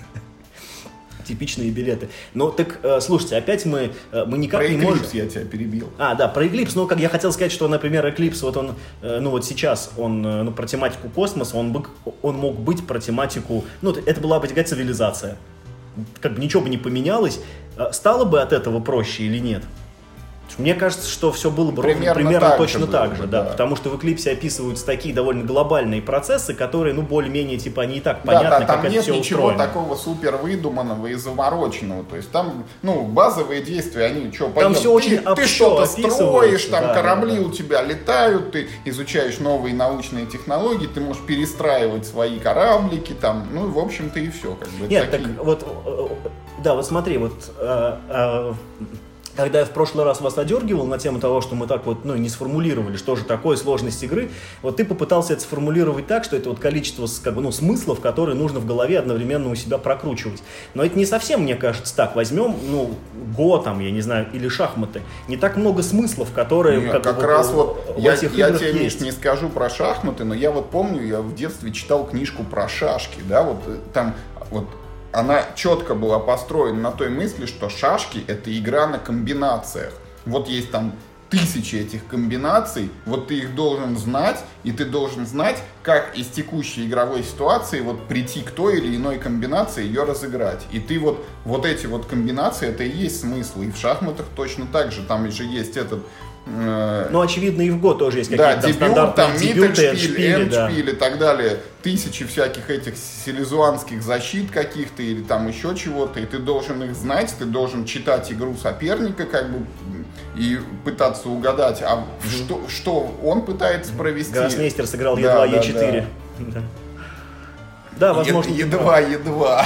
Типичные билеты. Ну, так, э, слушайте, опять мы, э, мы никак про не можем... Eclipse я тебя перебил. А, да, про Eclipse, ну, как я хотел сказать, что, например, Eclipse, вот он, э, ну, вот сейчас, он, э, ну, про тематику космоса, он, бы, он мог быть про тематику, ну, это была бы такая цивилизация. Как бы ничего бы не поменялось. Стало бы от этого проще или нет? Мне кажется, что все было бы примерно, примерно так точно же так было, же, да, да. потому что в Eclipse описываются такие довольно глобальные процессы, которые, ну, более-менее, типа, они и так Да, понятны, да, как там это нет все ничего устроено. такого супер выдуманного и замороченного. То есть там, ну, базовые действия, они что, Там пойдем, всё ты, очень ты общо что-то описывается, строишь, там да, корабли да, да. у тебя летают, ты изучаешь новые научные технологии, ты можешь перестраивать свои кораблики, там, ну, в общем-то, и все. Как бы, Нет, такие... так вот, э, да, вот смотри, вот, э, э, когда я в прошлый раз вас одергивал на тему того, что мы так вот, ну, не сформулировали, что же такое сложность игры, вот ты попытался это сформулировать так, что это вот количество, как бы, ну, смыслов, которые нужно в голове одновременно у себя прокручивать. Но это не совсем, мне кажется, так. Возьмем, ну, Го, там, я не знаю, или шахматы. Не так много смыслов, которые... Нет, как, как бы, раз вот, вот, в я, этих я играх тебе, Миш, есть. не скажу про шахматы, но я вот помню, я в детстве читал книжку про шашки, да, вот э, там, вот, она четко была построена на той мысли, что шашки — это игра на комбинациях. Вот есть там тысячи этих комбинаций, вот ты их должен знать, и ты должен знать, как из текущей игровой ситуации вот прийти к той или иной комбинации, ее разыграть. И ты вот, вот эти вот комбинации, это и есть смысл. И в шахматах точно так же, там же есть этот... Э, ну, очевидно, и в Го тоже есть да, какие-то дебют, там там стандартные дебюты, миттельшпиль, эндшпили, да. эндшпиль и так далее. Тысячи всяких этих селезуанских защит каких-то или там еще чего-то, и ты должен их знать, ты должен читать игру соперника, как бы, и пытаться угадать, а что, что он пытается провести. Гроссмейстер сыграл Е Да, два, да, Е четыре. Да, да, возможно. Е два, Е два.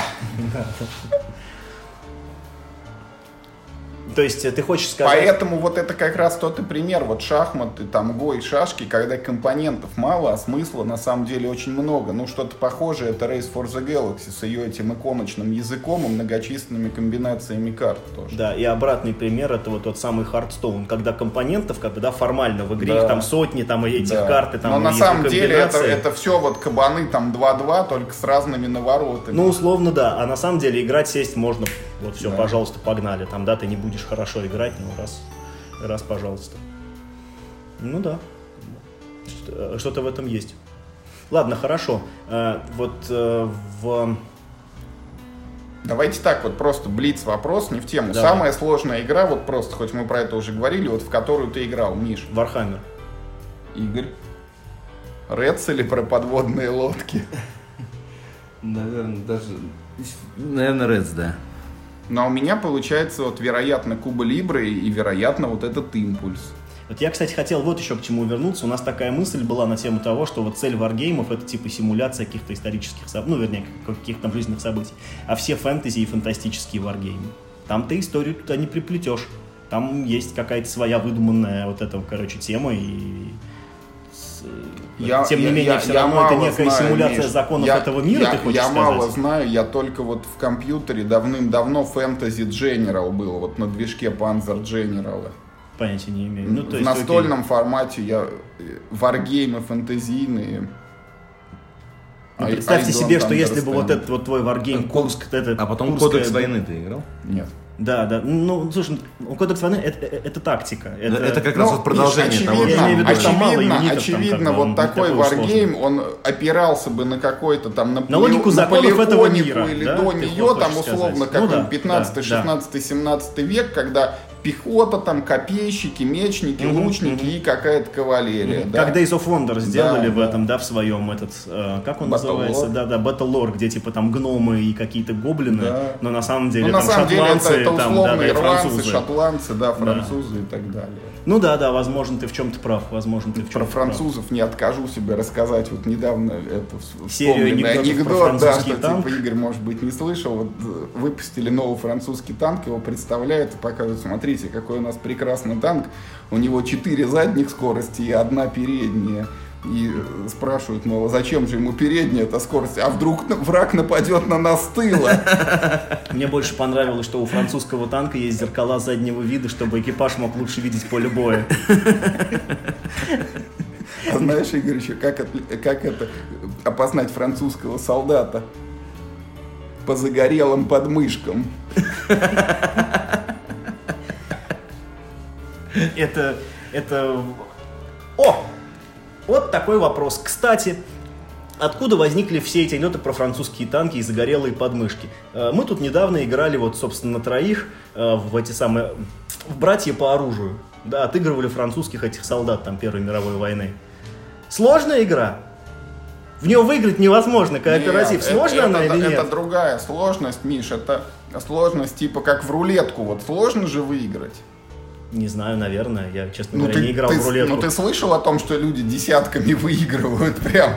То есть ты хочешь сказать... Поэтому вот это как раз тот и пример, вот шахматы, там, го и шашки, когда компонентов мало, а смысла на самом деле очень много. Ну, что-то похожее, это Race for the Galaxy с ее этим иконочным языком и многочисленными комбинациями карт тоже. Да, и обратный пример, это вот тот самый Hearthstone, когда компонентов, как бы, да, формально в игре, Да. их там сотни, там, и этих Да. карт, и там, Но и на эти самом деле это, комбинации. это все вот кабаны там два-два, только с разными наворотами. Ну, условно, да. А на самом деле играть сесть можно, вот все, Да. пожалуйста, погнали. Там, да, ты не будешь хорошо играть, ну, раз, раз, пожалуйста. Ну, да. Что- Что-то в этом есть. Ладно, хорошо. Э, Вот э, в... Давайте так вот просто блиц вопрос, не в тему. Давай. Самая сложная игра, вот просто, хоть мы про это уже говорили, вот в которую ты играл, Миш. Warhammer. Игорь. Редс или про подводные лодки? Наверное, даже... Наверное, Reds, да. Но у меня получается вот вероятно Куба Либре и вероятно вот этот импульс. Вот я, кстати, хотел вот еще к чему вернуться. У нас такая мысль была на тему того, что вот цель варгеймов — это типа симуляция каких-то исторических событий, ну, вернее, каких-то там жизненных событий. А все фэнтези и фантастические варгеймы. Там ты историю туда не приплетешь. Там есть какая-то своя выдуманная вот эта, короче, тема, и с- Я, тем не я- менее, я- все я равно мало это некая знаю, симуляция Миш. законов Я- этого мира, я, ты хочешь Я сказать? мало знаю, я только вот в компьютере давным-давно Fantasy General был, вот на движке Panzer General. Понятия не имею. Ну, то В есть, настольном окей. формате я варгеймы фэнтезийные. Ну, I- представьте I себе, don't что если бы вот understand. этот вот твой варгейм, Курск, это А потом Курская- Кодекс войны ты играл? Нет. Да, да. Ну, слушай, ну, Кодекс войны это, это, это тактика. Это, Это как раз Ну, вот продолжение Миш, того же. Я имею в виду, что там мало очевидно, юнитов, там, очевидно, как бы, вот он не такой такой варгейм, он опирался бы на какой-то там на, На логику на законов этого полифонику мира, или да? до Ты нее, хочешь там сказать? условно Ну какой-нибудь да, пятнадцатый, да, да. шестнадцатый, семнадцатый век, когда пехота, там копейщики, мечники, Мгм, лучники мгм. и какая-то кавалерия. да. Как Days of Wonder сделали Да, в да. этом, да, в своем этот, э, как он Battle называется, Lore. да, да, Battle Lore, где типа там гномы и какие-то гоблины, Да. но на самом деле Ну, на там самом деле, это, шотландцы, это там, да, условно да, и ирландцы, французы. шотландцы, да, французы и так далее. Ну да, да, возможно, ты в чем-то прав, возможно, ты в Про чем-то прав. французов не откажу себе рассказать. Вот недавно это вс- Серию вспомненный анекдотов про анекдот, да, французский что танк. типа Игорь, может быть, не слышал. Вот э, выпустили новый французский танк, его представляют и показывают, смотрите, какой у нас прекрасный танк. У него четыре задних скорости и одна передняя. И э, спрашивают, мол, зачем же ему передняя эта скорость? А вдруг на- враг нападет на нас с тыла? Мне больше понравилось, что у французского танка есть зеркала заднего вида, чтобы экипаж мог лучше видеть поле боя. А знаешь, Игорь, еще как это, как это опознать французского солдата? По загорелым подмышкам. Это, это... О! Вот такой вопрос. Кстати, откуда возникли все эти анекдоты про французские танки и загорелые подмышки? Э, Мы тут недавно играли, вот, собственно, на троих э, в эти самые... в «Братья по оружию». Да, отыгрывали французских этих солдат там Первой мировой войны. Сложная игра? В нее выиграть невозможно, кооператив. Сложная она это, или нет? Это другая сложность, Миш. Это сложность типа как в рулетку. Вот сложно же выиграть. Не знаю, наверное. Я, честно ну, говоря, ты, не играл ты, в рулетку. Ну ты слышал о том, что люди десятками выигрывают прям?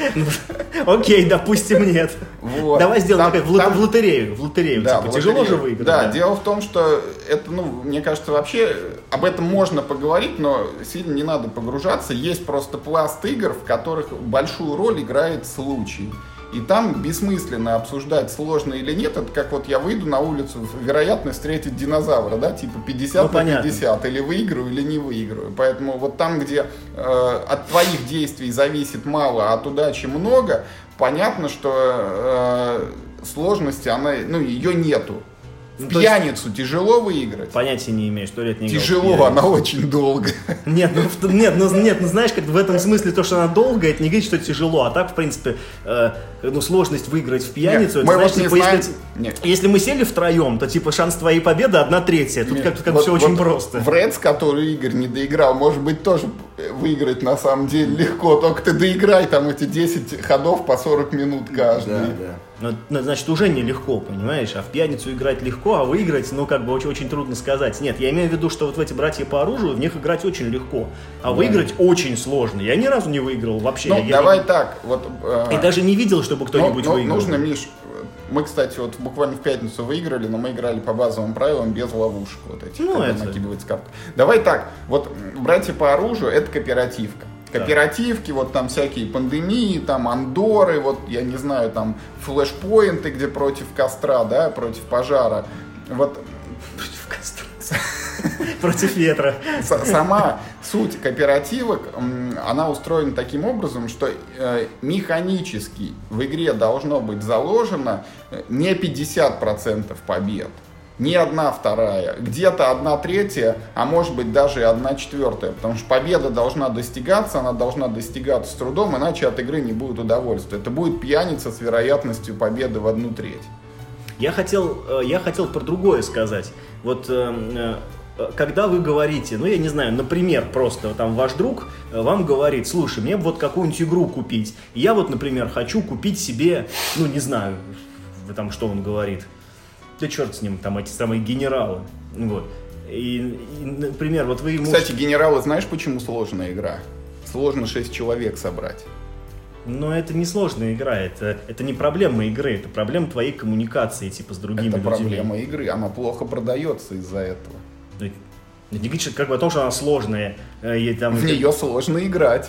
Окей, допустим, нет. Вот. Давай сделаем там, опять в, там... в лотерею. В лотерею. Да, типа, в тяжело лотерею. же выиграть. Да, да, дело в том, что это, ну, мне кажется, вообще об этом можно поговорить, но сильно не надо погружаться. Есть просто пласт игр, в которых большую роль играет случай. И там бессмысленно обсуждать, сложно или нет. Это как вот я выйду на улицу, вероятность встретить динозавра, да, типа пятьдесят на пятьдесят, или выиграю, или не выиграю. Поэтому вот там, где э, от твоих действий зависит мало, а от удачи много, понятно, что э, сложности, она, ну, ее нету. В ну, пьяницу есть... тяжело выиграть? Понятия не имею, что лет не играл. Тяжело, она очень долго. Нет, ну, нет, ну, нет, ну знаешь, как в этом смысле то, что она долго, это не говорит, что тяжело. А так, в принципе, э, ну, сложность выиграть в пьяницу, нет, это, знаешь, вот типа, знаем... если, если мы сели втроем, то типа шанс твоей победы одна третья. Тут как-то как вот, все вот очень просто. В Рэдс, который Игорь не доиграл, может быть, тоже выиграть на самом деле легко. Только ты доиграй там эти десять ходов по сорок минут каждый. Да, да. Ну, ну, значит, уже нелегко, понимаешь? А в пьяницу играть легко, а выиграть, ну, как бы очень, очень трудно сказать. Нет, я имею в виду, что вот в эти братья по оружию, в них играть очень легко, а да. выиграть очень сложно. Я ни разу не выиграл вообще. Ну, я, давай я... так. Вот, э... И даже не видел, чтобы кто-нибудь ну, выиграл. Нужно, Миш, мы, кстати, вот буквально в пятницу выиграли, но мы играли по базовым правилам без ловушек вот этих, ну, когда это... накидывается карта. Давай так, вот братья по оружию — это кооперативка. Кооперативки, да. Вот там всякие пандемии, там Андоры, вот я не знаю, там флешпоинты, где против костра, да, против пожара. Вот против костра. Против ветра. Сама суть кооперативок, она устроена таким образом, что механически в игре должно быть заложено не пятьдесят процентов побед, не одна вторая, где-то одна третья, а может быть даже и одна четвертая, потому что победа должна достигаться, она должна достигаться с трудом, иначе от игры не будет удовольствия. Это будет пьяница с вероятностью победы в одну треть. Я хотел, я хотел про другое сказать. Вот когда вы говорите, ну я не знаю, например, просто там ваш друг вам говорит: слушай, мне бы вот какую-нибудь игру купить. И я вот, например, хочу купить себе, ну не знаю, там что он говорит. Да черт с ним, там эти самые генералы. Вот. И, и, например, вот вы ему... Кстати, генералы, знаешь, почему сложная игра? Сложно шесть человек собрать. Но это не сложная игра, это, это не проблема игры, это проблема твоей коммуникации, типа, с другими это людьми. Это проблема игры, она плохо продается из-за этого. Ну, не говорит, как бы о том, что она сложная. И, там, в это... нее сложно играть.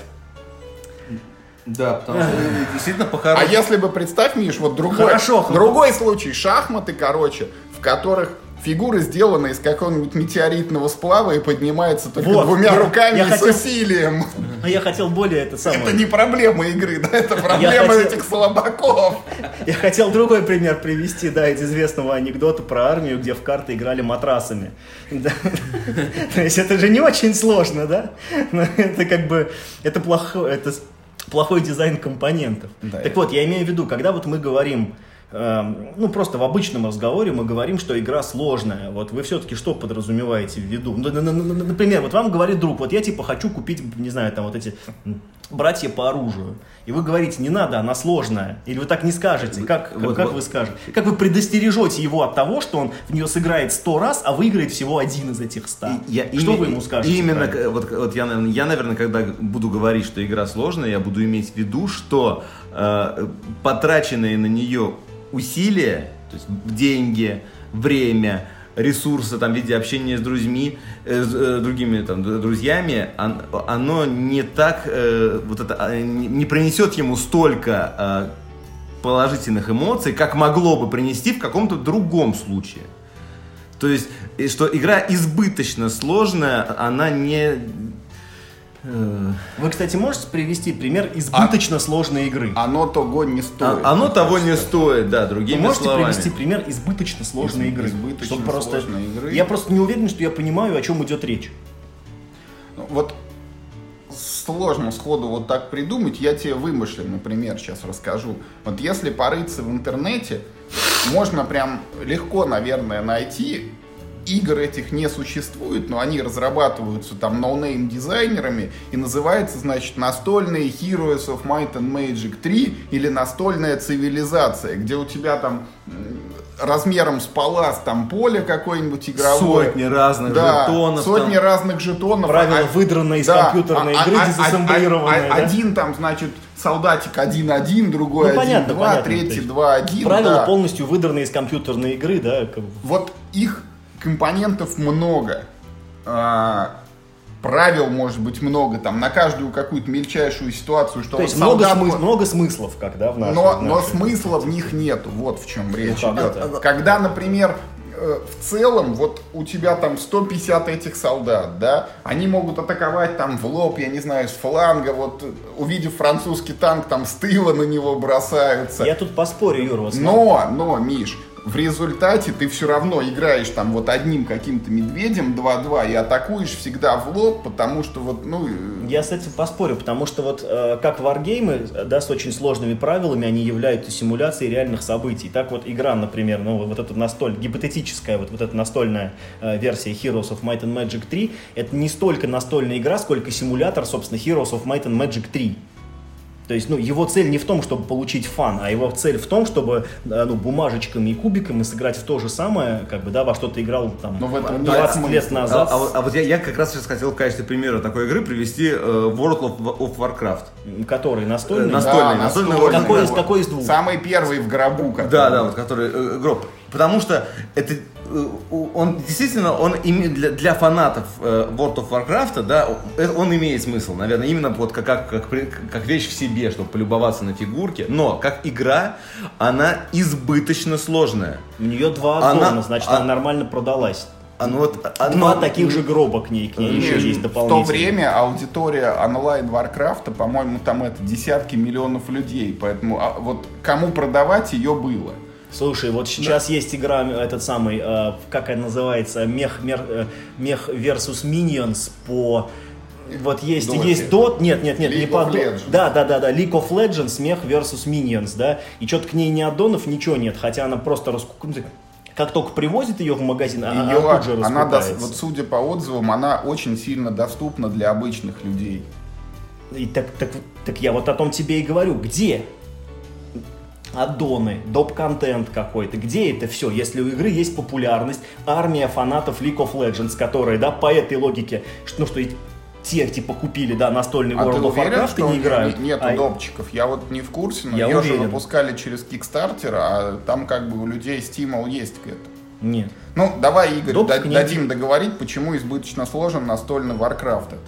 Да, потому что действительно по-хорошему. А если бы, представь, Миш, вот другой, Хорошо, другой случай, шахматы, короче, в которых фигуры сделаны из какого-нибудь метеоритного сплава и поднимаются только вот, двумя я, руками я и хотел, с усилием. Но я хотел более это самое. Это не проблема игры, да, это проблема хотел, этих слабаков. Я хотел другой пример привести, да, из известного анекдота про армию, где в карты играли матрасами. То есть это же не очень сложно, да? Но это как бы, это плохо, это... плохой дизайн компонентов. Да, так это... вот, я имею в виду, когда вот мы говорим, э, ну просто в обычном разговоре мы говорим, что игра сложная, вот вы все-таки что подразумеваете в виду? Ну, например, вот вам говорит друг, вот я типа хочу купить, не знаю, там вот эти братья по оружию, и вы говорите, не надо, она сложная, или вы так не скажете, как, вот, как вот. Вы скажете? Как вы предостережете его от того, что он в нее сыграет сто раз, а выиграет всего один из этих ста? Я, что и, вы ему скажете? Именно, вот, вот я, я, наверное, когда буду говорить, что игра сложная, я буду иметь в виду, что э, потраченные на нее усилия, то есть деньги, время, ресурсы там, в виде общения с друзьями, э, с э, другими там, друзьями, он, оно не так, э, вот это, э, не принесет ему столько э, положительных эмоций, как могло бы принести в каком-то другом случае. То есть, что игра избыточно сложная, она не... Вы, кстати, можете привести пример избыточно а, сложной игры? Оно того не стоит. А, оно того не стоит, да, другими Вы можете словами. привести пример избыточно сложной Из, игры? Избыточно просто... сложной игры? Я просто не уверен, что я понимаю, о чем идет речь. Вот сложно сходу вот так придумать. Я тебе вымышленный пример сейчас расскажу. Вот если порыться в интернете, можно прям легко, наверное, найти игр этих не существует, но они разрабатываются там ноунейм дизайнерами и называется, значит, настольные Heroes of Might and Magic три или настольная цивилизация, где у тебя там размером с палас там поле какое-нибудь игровое. Сотни разных да, жетонов. Сотни там. разных жетонов. Правило а, выдранное из да, компьютерной а, игры, а, дезассемблированное. а, а, да? Один там, значит, солдатик один один, другой ну, один два, понятно, третий два один. Правила да. полностью выдранные из компьютерной игры, да. Как... Вот их компонентов много. А, правил может быть много, там, на каждую какую-то мельчайшую ситуацию, что То есть вот много, солдат... смыс- много смыслов, когда в нашей... Но, в но нашей... смысла в них нету, вот в чем речь как идет. это? Когда, например, э, в целом, вот у тебя там сто пятьдесят этих солдат, да, они могут атаковать там в лоб, я не знаю, с фланга, вот увидев французский танк, там с тыла на него бросаются. Я тут поспорю, Юра, вот Но, но, Миш, в результате ты все равно играешь там вот одним каким-то медведем два-два и атакуешь всегда в лоб, потому что вот, ну... Я с этим поспорю, потому что вот э, как варгеймы, да, с очень сложными правилами, они являются симуляцией реальных событий. Так вот игра, например, ну вот эта настоль, гипотетическая, вот, вот эта настольная э, версия Heroes of Might and Magic три, это не столько настольная игра, сколько симулятор, собственно, Heroes of Might and Magic три. То есть, ну, его цель не в том, чтобы получить фан, а его цель в том, чтобы, ну, бумажечками и кубиками сыграть в то же самое, как бы, да, во что ты играл там двадцать лет назад. А, а, а вот я, я как раз сейчас хотел в качестве примера такой игры привести э, World of, of Warcraft. Который настольный? Настольный, да, настольный. настольный. Какой, из, какой из двух? Самый первый в гробу. Который... Да, да, вот который э, гроб. Потому что это он действительно, он для, для фанатов э, World of Warcraft, да, он имеет смысл, наверное, именно вот как, как, как, как вещь в себе, чтобы полюбоваться на фигурки, но как игра, она избыточно сложная. У нее два аддона, значит, она, она нормально продалась. А, ну, вот, а, Два ну, таких же гроба к ней, к ней еще есть дополнительно. В то время аудитория онлайн Варкрафта, по-моему, там это десятки миллионов людей, поэтому а, вот кому продавать ее было. Слушай, вот сейчас да. есть игра, этот самый, э, как она называется, Мех, мер, э, Мех versus Minions по... Вот есть, Доте. есть Dot, нет, нет, нет, League не по Dot. Да, да, да, да, League of Legends, Мех versus Minions, да, и что-то к ней ни аддонов, ничего нет, хотя она просто раскупается. Как только привозит ее в магазин, она, ее, она тут же она раскупается. Вот судя по отзывам, она очень сильно доступна для обычных людей. И так, так, так я вот о том тебе и говорю, где? Аддоны, доп-контент какой-то. Где это все? Если у игры есть популярность, армия фанатов League of Legends, которые, да, по этой логике, что, ну, что и те, типа, купили, да, настольный а World of уверен, Warcraft и не играют. Нету а... допчиков. Я вот не в курсе, но я ее уверен. же выпускали через Kickstarter, а там как бы у людей стимул есть к этому. Нет. Ну, давай, Игорь, Допуск да, дадим договорить, почему избыточно сложен настольный Warcraft этот.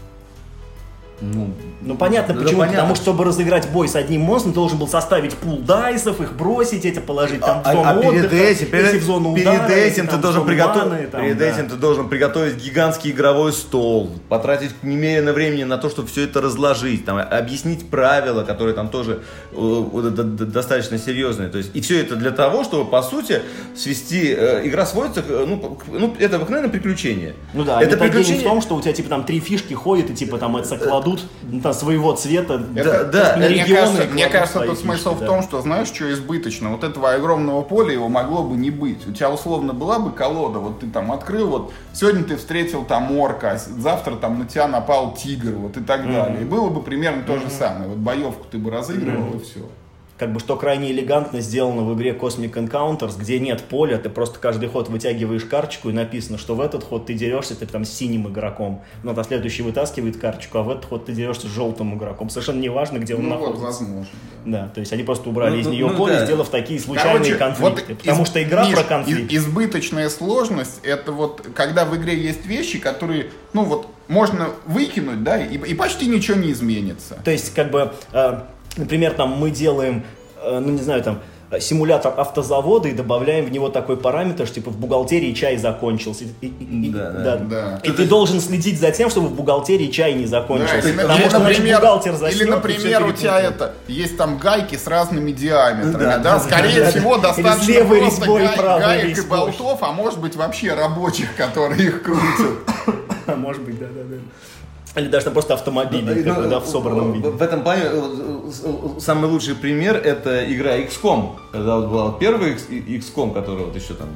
Ну, ну понятно, да, почему. понятно. Потому что, чтобы разыграть бой с одним монстром, ты должен был составить пул дайсов, их бросить, эти положить там а, в зону а перед отдыха, этим, перед, в зону перед удара, этим эти, ты должен приготовить, маны, там, перед да. этим ты должен приготовить гигантский игровой стол, потратить немерено времени на то, чтобы все это разложить, там, объяснить правила, которые там тоже э, достаточно серьезные. То есть, и все это для того, чтобы, по сути, свести, э, игра сводится, ну, ну, это обыкновенное приключение. Ну да, это приключение в том, что у тебя типа там три фишки ходят и типа там это кладут там, своего цвета. Это, да, мне регионы кажется, мне кажется тут фишки, смысл да. в том, что знаешь, что избыточно. Вот этого огромного поля его могло бы не быть. У тебя условно была бы колода, вот ты там открыл, вот сегодня ты встретил там орка, а завтра там на тебя напал тигр, вот и так mm-hmm. далее. И было бы примерно то mm-hmm. же самое. Вот боевку ты бы разыгрывал mm-hmm. и все. Как бы, что крайне элегантно сделано в игре Cosmic Encounters, где нет поля, ты просто каждый ход вытягиваешь карточку и написано, что в этот ход ты дерешься, ты там с синим игроком, но а следующий вытаскивает карточку, а в этот ход ты дерешься с желтым игроком. Совершенно неважно, где он ну, находится. Возможно. Да. да, то есть они просто убрали ну, из нее ну, поле, да. сделав такие случайные Короче, конфликты. Вот потому из, что игра Миш, про конфликт. Из, избыточная сложность, это вот, когда в игре есть вещи, которые, ну вот, можно выкинуть, да, и, и почти ничего не изменится. То есть, как бы, э, например, там мы делаем ну, не знаю, там, симулятор автозавода и добавляем в него такой параметр, что, типа, в бухгалтерии чай закончился. И, и, да, да, да. Да. и ты должен следить за тем, чтобы в бухгалтерии чай не закончился. Да, или, потому или, что, например, значит, бухгалтер заснет, или, например, у тебя это, есть там гайки с разными диаметрами, да, да? Скорее да, всего, да. достаточно Или с левой просто резьбой, гай, правой гаек и резьбой. болтов, а может быть вообще рабочих, которые их крутят. Может быть, да-да-да. Или даже там просто автомобиль, ну, как, ну, да, в собранном виде. В этом плане самый лучший пример — это игра икс ком. Когда вот была первая икс ком, которая вот еще там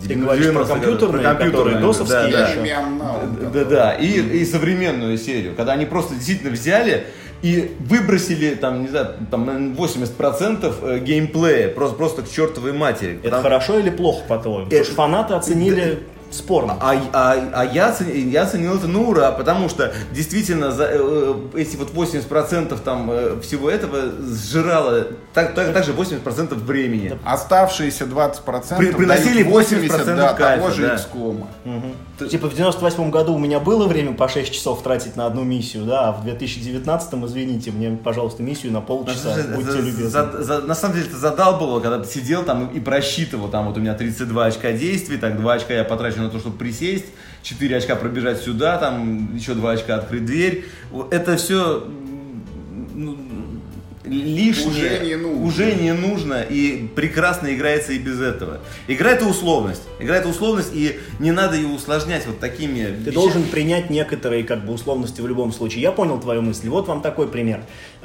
Ты говоришь про компьютерные, которые досовские да, еще. Да, да, да. И, и современную серию, когда они просто действительно взяли и выбросили, там, не знаю, там, восемьдесят процентов геймплея просто, просто к чертовой матери. Это потому... хорошо или плохо, по-твоему? Потому что фанаты оценили... спорно. А, а, а я, ценил, я ценил это на ура, потому что действительно за, э, эти вот восемьдесят процентов там, э, всего этого сжирало так, так, также восемьдесят процентов времени. Оставшиеся двадцать процентов При, приносили восемьдесят процентов да, кайфа, того же да. икс ком. Угу. Типа в девяносто восьмом году у меня было время по шесть часов тратить на одну миссию, да, а в две тысячи девятнадцатом, извините, мне, пожалуйста, миссию на полчаса, за, будьте за, любезны. За, за, на самом деле это задалбывало, когда ты сидел там и просчитывал, там вот у меня тридцать два очка действий, так два очка я потрачу на то, чтобы присесть, четыре очка пробежать сюда, там еще два очка открыть дверь. Это все ну, лишнее. Уже не нужно. Уже не нужно и прекрасно играется и без этого. Игра это условность. Игра это условность и не надо ее усложнять вот такими Ты вещами. должен принять некоторые как бы условности в любом случае. Я понял твою мысль. Вот вам такой пример.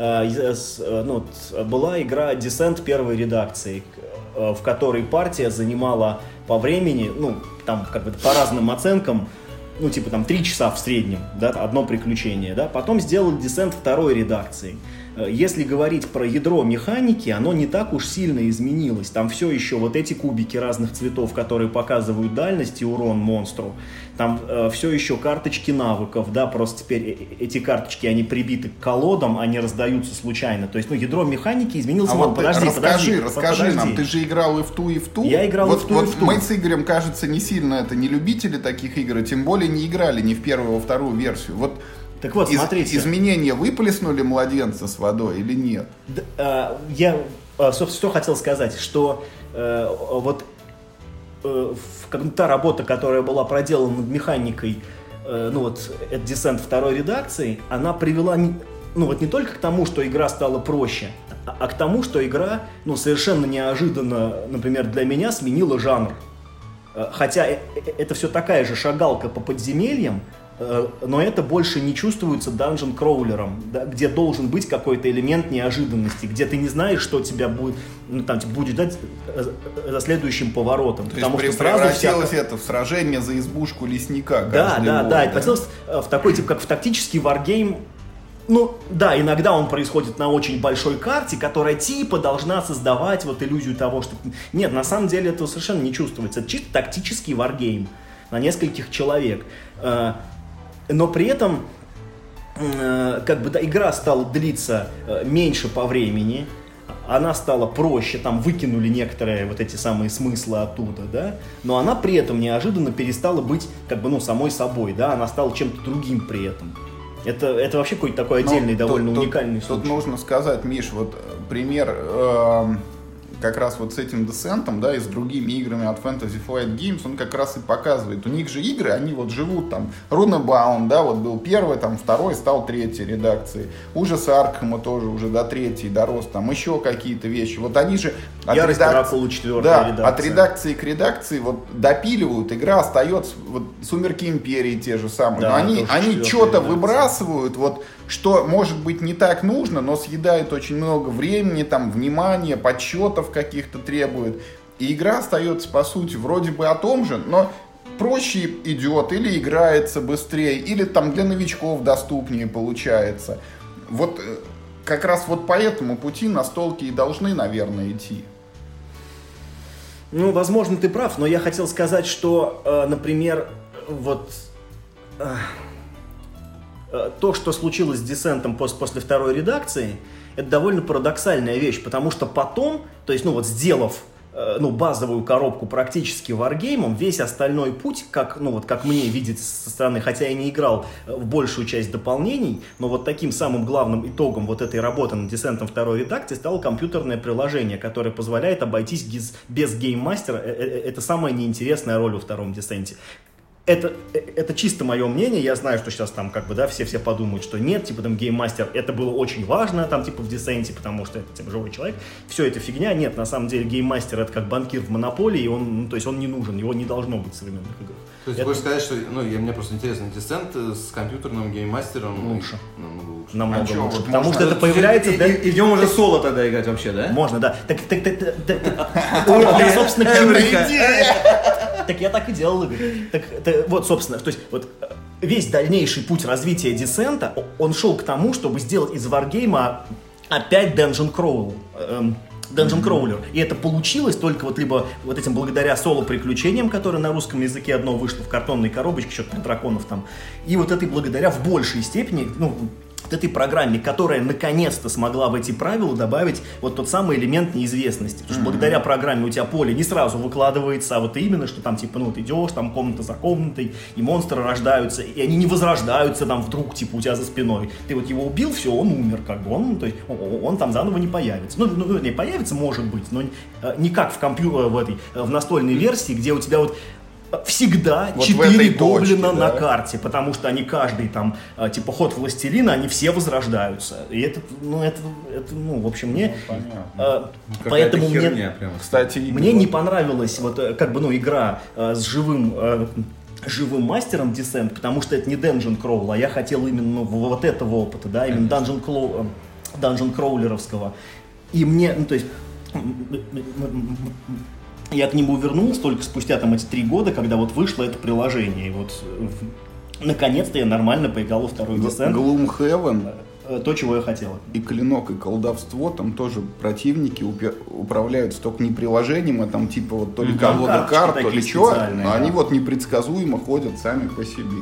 Ну, была игра Descent первой редакции, в которой партия занимала по времени, ну, там, как бы по разным оценкам, ну, типа там три часа в среднем, да, одно приключение, да. Потом сделали Descent второй редакции. Если говорить про ядро механики, оно не так уж сильно изменилось. Там все еще вот эти кубики разных цветов, которые показывают дальность и урон монстру. Там э, все еще карточки навыков, да, просто теперь эти карточки, они прибиты к колодам, они раздаются случайно. То есть, ну, ядро механики изменилось. А мало. вот Подожди, расскажи, подожди, расскажи подожди. нам, ты же играл и в ту, и в ту. Я играл вот, и в ту, вот и в ту. Мы с Игорем, кажется, не сильно это не любители таких игр, и тем более не играли ни в первую, во вторую версию. Вот Так вот, из, смотрите. изменения выплеснули младенца с водой или нет? Д- э, я, э, собственно, что хотел сказать, что э, вот э, как, та работа, которая была проделана над механикой, э, ну вот, это Descent второй редакции, она привела, не, ну вот не только к тому, что игра стала проще, а, а к тому, что игра, ну, совершенно неожиданно, например, для меня сменила жанр. Э, хотя э, э, это все такая же шагалка по подземельям, но это больше не чувствуется данжен-кроулером, да, где должен быть какой-то элемент неожиданности, где ты не знаешь, что тебя будет, ну, там, типа, будет ждать за следующим поворотом. То потому есть что сразу превратилось вся... это в сражение за избушку лесника. Да, да, год, да, это превратилось в такой, типа, как в тактический варгейм. Ну, да, иногда он происходит на очень большой карте, которая типа должна создавать вот иллюзию того, что... Нет, на самом деле этого совершенно не чувствуется. Это чисто тактический варгейм на нескольких человек. Но при этом э, как бы да, игра стала длиться э, меньше по времени, она стала проще, там выкинули некоторые вот эти самые смыслы оттуда, да, но она при этом неожиданно перестала быть как бы, ну, самой собой, да, она стала чем-то другим при этом. Это, это вообще какой-то такой отдельный, но довольно тут, уникальный тут, случай. Тут нужно сказать, Миш, вот пример э, как раз вот с этим Descent'ом, да, и с другими играми от Fantasy Flight Games, он как раз и показывает. У них же игры, они вот живут там, Runabound, да, вот был первый, там второй, стал третьей редакцией. Ужас Аркхема тоже уже до третьей дорос, там еще какие-то вещи. Вот они же от, Ярость редакции, четвертая да, редакция. от редакции к редакции вот допиливают, игра остается, вот Сумерки Империи те же самые. Да, Но они, они что-то редакция. выбрасывают, вот, что, может быть, не так нужно, но съедает очень много времени, там, внимания, подсчетов каких-то требует. И игра остается, по сути, вроде бы о том же, но проще идет, или играется быстрее, или там для новичков доступнее получается. Вот как раз вот по этому пути настолки и должны, наверное, идти. Ну, возможно, ты прав, но я хотел сказать, что, э, например, вот... Э, то, что случилось с Descent'ом после второй редакции, это довольно парадоксальная вещь, потому что потом, то есть, ну вот сделав ну, базовую коробку практически варгеймом, весь остальной путь, как, ну, вот, как мне видится со стороны, хотя я не играл в большую часть дополнений, но вот таким самым главным итогом вот этой работы над Descent'ом второй редакции стало компьютерное приложение, которое позволяет обойтись без, без гейммастера. Это самая неинтересная роль во втором Descent'е. Это, это чисто мое мнение, я знаю, что сейчас там как бы, да, все-все подумают, что нет, типа там гейммастер, это было очень важно, там типа в Descent'е, потому что это типа живой человек, все это фигня, нет, на самом деле гейммастер это как банкир в Монополии, он, ну, то есть он не нужен, его не должно быть в современных играх. То есть это... хочешь сказать, что, ну, я, мне просто интересно, Descent с компьютерным гейммастером лучше. Намного лучше. Намного а чё, лучше, вот потому можно... что это появляется... И, да... и, и в нем уже соло тогда играть вообще, да? Можно, да. Так, так, так, так, так, так, собственно, к чему... так я так и делал, Игорь. Так, это, вот, собственно, то есть, вот весь дальнейший путь развития Descent, он шел к тому, чтобы сделать из Wargame опять Dungeon Crawl. Эм, Dungeon Crawler. И это получилось только вот либо вот этим благодаря соло-приключениям, которые на русском языке одно вышло в картонной коробочке, что-то про драконов там, и вот этой благодаря в большей степени, ну, вот этой программе, которая наконец-то смогла в эти правила добавить вот тот самый элемент неизвестности. Потому что mm-hmm. благодаря программе у тебя поле не сразу выкладывается, а вот именно, что там типа, ну вот идешь, там комната за комнатой, и монстры рождаются, и они не возрождаются там вдруг, типа, у тебя за спиной. Ты вот его убил, все, он умер, как бы, он, то есть, он, он там заново не появится. Ну, ну, не появится, может быть, но не как в компьютере, в этой, в настольной версии, где у тебя вот всегда вот четыре гоблина точке, на да? карте, потому что они каждый там, типа ход властелина, они все возрождаются. И это, ну, это, это ну, в общем, мне... Ну, а, поэтому мне, прямо. Кстати, мне не понравилась вот, как бы, ну, игра а, с живым... А, живым мастером Descent, потому что это не Dungeon Crawl, а я хотел именно ну, вот этого опыта, да, именно Dungeon, Crawl, Dungeon Crawler'овского. И мне, ну, то есть... Я к нему вернулся только спустя там эти три года, когда вот вышло это приложение. И вот наконец-то я нормально поиграл во второй Descent. Gloomhaven. То, чего я хотел. И клинок, и колдовство, там тоже противники упер... управляются только не приложением, а там типа вот то ли mm-hmm. колода карт, то ли что, но да. они вот непредсказуемо ходят сами по себе.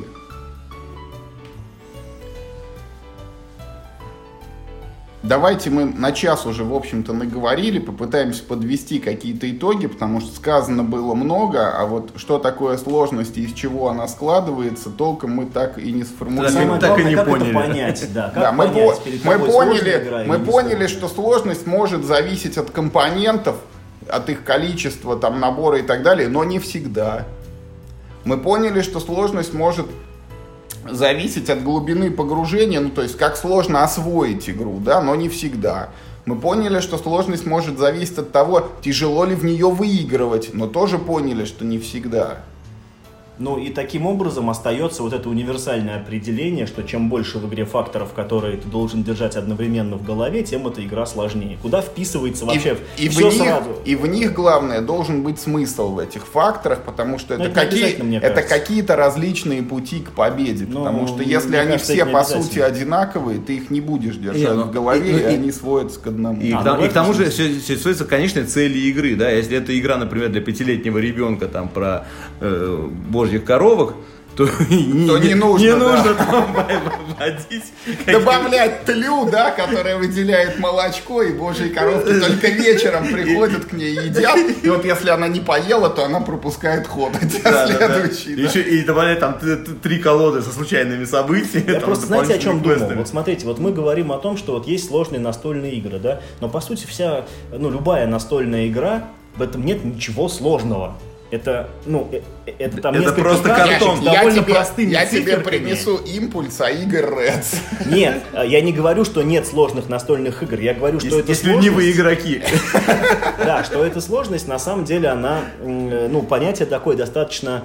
Давайте мы на час уже, в общем-то, наговорили, попытаемся подвести какие-то итоги, потому что сказано было много, а вот что такое сложность и из чего она складывается, толком мы так и не сформулировали. Мы так и не как поняли. Это понять, да, как да, понять, мы, мы поняли, мы поняли, что сложность может зависеть от компонентов, от их количества, там, набора и так далее, но не всегда. Мы поняли, что сложность может зависеть от глубины погружения, ну то есть как сложно освоить игру, да, но не всегда. Мы поняли, что сложность может зависеть от того, тяжело ли в нее выигрывать, но тоже поняли, что не всегда. Ну и таким образом остается вот это универсальное определение, что чем больше в игре факторов, которые ты должен держать одновременно в голове, тем эта игра сложнее. Куда вписывается вообще и, и все в них, сразу? И в них, главное, должен быть смысл в этих факторах, потому что это, это, какие, это какие-то различные пути к победе. Но, потому что если они кажется, все по сути одинаковые, ты их не будешь держать не, в голове, и, и, и они сводятся к одному. И, а, и к тому же все, все сводится к конечной цели игры. Да? Если это игра, например, для пятилетнего ребенка там, про э, божьих коровок, то, то не, не нужно, не да. нужно там вводить. Добавлять тлю, да, которая выделяет молочко, и божьи коровки только вечером приходят к ней и едят. И вот если она не поела, то она пропускает ход. Да, следующий. Да, да. Да. Еще и добавлять там три колоды со случайными событиями. Я просто знаете, о чем думал? Вот смотрите, вот мы говорим о том, что вот есть сложные настольные игры, да, но по сути вся, ну, любая настольная игра, в этом нет ничего сложного. Это, ну, это там это просто картон. Я, я, тебе, я тебе принесу импульс, а игр Редс. Нет, я не говорю, что нет сложных настольных игр. Я говорю, что это сложность... ленивые игроки. Да, что эта сложность, на самом деле, она, ну, понятие такое достаточно,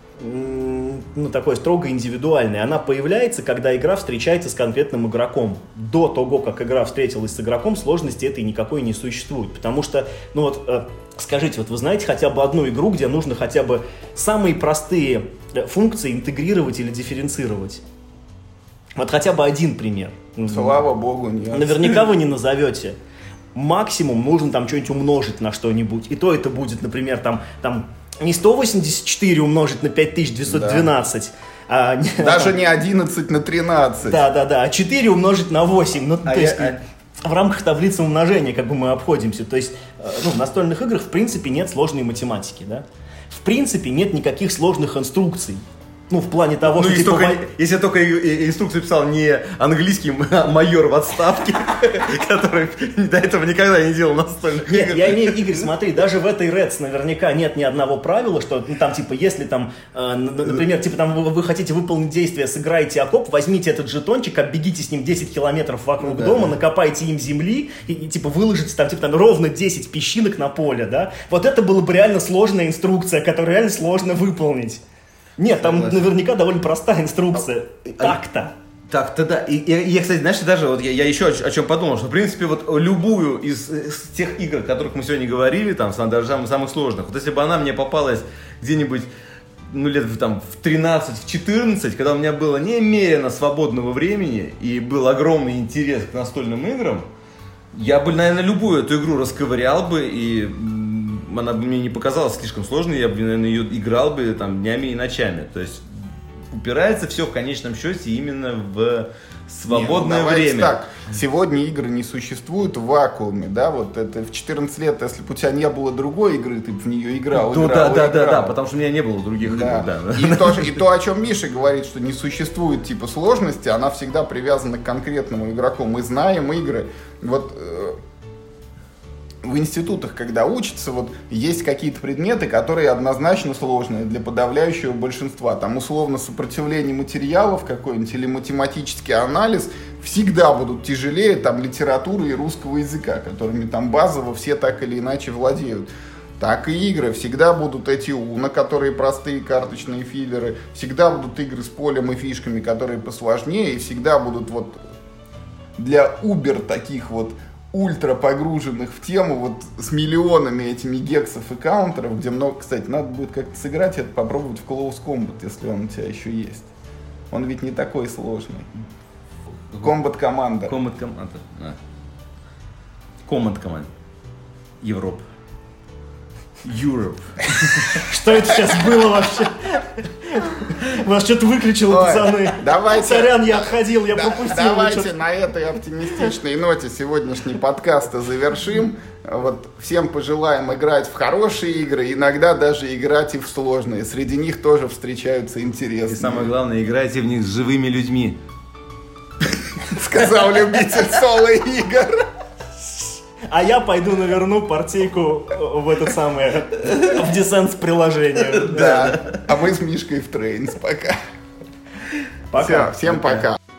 ну, такое строго индивидуальное. Она появляется, когда игра встречается с конкретным игроком. До того, как игра встретилась с игроком, сложности этой никакой не существует. Потому что, ну вот... Скажите, вот вы знаете хотя бы одну игру, где нужно хотя бы самые простые функции интегрировать или дифференцировать? Вот хотя бы один пример. Слава богу, нет. Наверняка вы не назовете. Максимум нужно там что-нибудь умножить на что-нибудь. И то это будет, например, там, там не сто восемьдесят четыре умножить на пять тысяч девятьсот двенадцать. Да. А, даже там, не одиннадцать на тринадцать. Да-да-да, а четыре умножить на восемь. Ну, а то есть... Я, а... в рамках таблицы умножения как бы мы обходимся. То есть, ну, в настольных играх в принципе нет сложной математики, да? В принципе нет никаких сложных инструкций. Ну, в плане того, ну, что... Если, только, по... если я только инструкцию писал не английский майор в отставке, который до этого никогда не делал настольных игр. Нет, я имею, Игорь, смотри, даже в этой Редс наверняка нет ни одного правила, что там, типа, если там, например, типа, там вы хотите выполнить действие, сыграйте окоп, возьмите этот жетончик, оббегите с ним десять километров вокруг ну, дома, да. накопайте им земли и, и, типа, выложите там, типа, там, ровно десять песчинок на поле, да? Вот это была бы реально сложная инструкция, которую реально сложно выполнить. Нет, там наверняка довольно простая инструкция. Так-то. Так, тогда, и, и, и я, кстати, знаешь, даже вот я, я еще о, о чем подумал, что, в принципе, вот любую из, из тех игр, о которых мы сегодня говорили, там, даже самых, самых сложных, вот если бы она мне попалась где-нибудь, ну, лет там, в тринадцать, в четырнадцать, когда у меня было немерено свободного времени и был огромный интерес к настольным играм, я бы, наверное, любую эту игру расковырял бы, и она бы мне не показалась слишком сложной, я бы, наверное, ее играл бы там днями и ночами, то есть... Упирается все в конечном счете именно в свободное Не, ну, время. Так. Сегодня игры не существуют в вакууме, да, вот это в четырнадцать лет, если бы у тебя не было другой игры, ты бы в нее играл, ну, играл, да, да, играл. да, да, потому что у меня не было других да. игр, да. И, то, и то, о чем Миша говорит, что не существует типа сложности, она всегда привязана к конкретному игроку. Мы знаем игры, вот... Э, в институтах, когда учатся, вот есть какие-то предметы, которые однозначно сложные для подавляющего большинства. Там условно сопротивление материалов какой-нибудь или математический анализ всегда будут тяжелее там литературы и русского языка, которыми там базово все так или иначе владеют. Так и игры. Всегда будут эти, на которые простые карточные филлеры, всегда будут игры с полем и фишками, которые посложнее, и всегда будут вот для убер таких вот ультра погруженных в тему, вот с миллионами этими гексов и каунтеров, где много, кстати, надо будет как-то сыграть это, попробовать в Close Combat, если он у тебя еще есть. Он ведь не такой сложный. Combat Commander. Combat Commander, да. Combat Commander. Европа. Europe. Что это сейчас было вообще? Вас что-то выключило, Ой, пацаны. давайте, Сорян, я отходил, я да, пропустил. Давайте на этой оптимистичной ноте сегодняшний подкаст завершим. Вот, всем пожелаем играть в хорошие игры, иногда даже играть и в сложные. Среди них тоже встречаются интересные. И самое главное, играйте в них с живыми людьми. Сказал любитель соло-игр. А я пойду наверну партийку в этот самый, в десант с приложением. Да. А мы с Мишкой в Трейнс пока. Пока. Все, всем пока.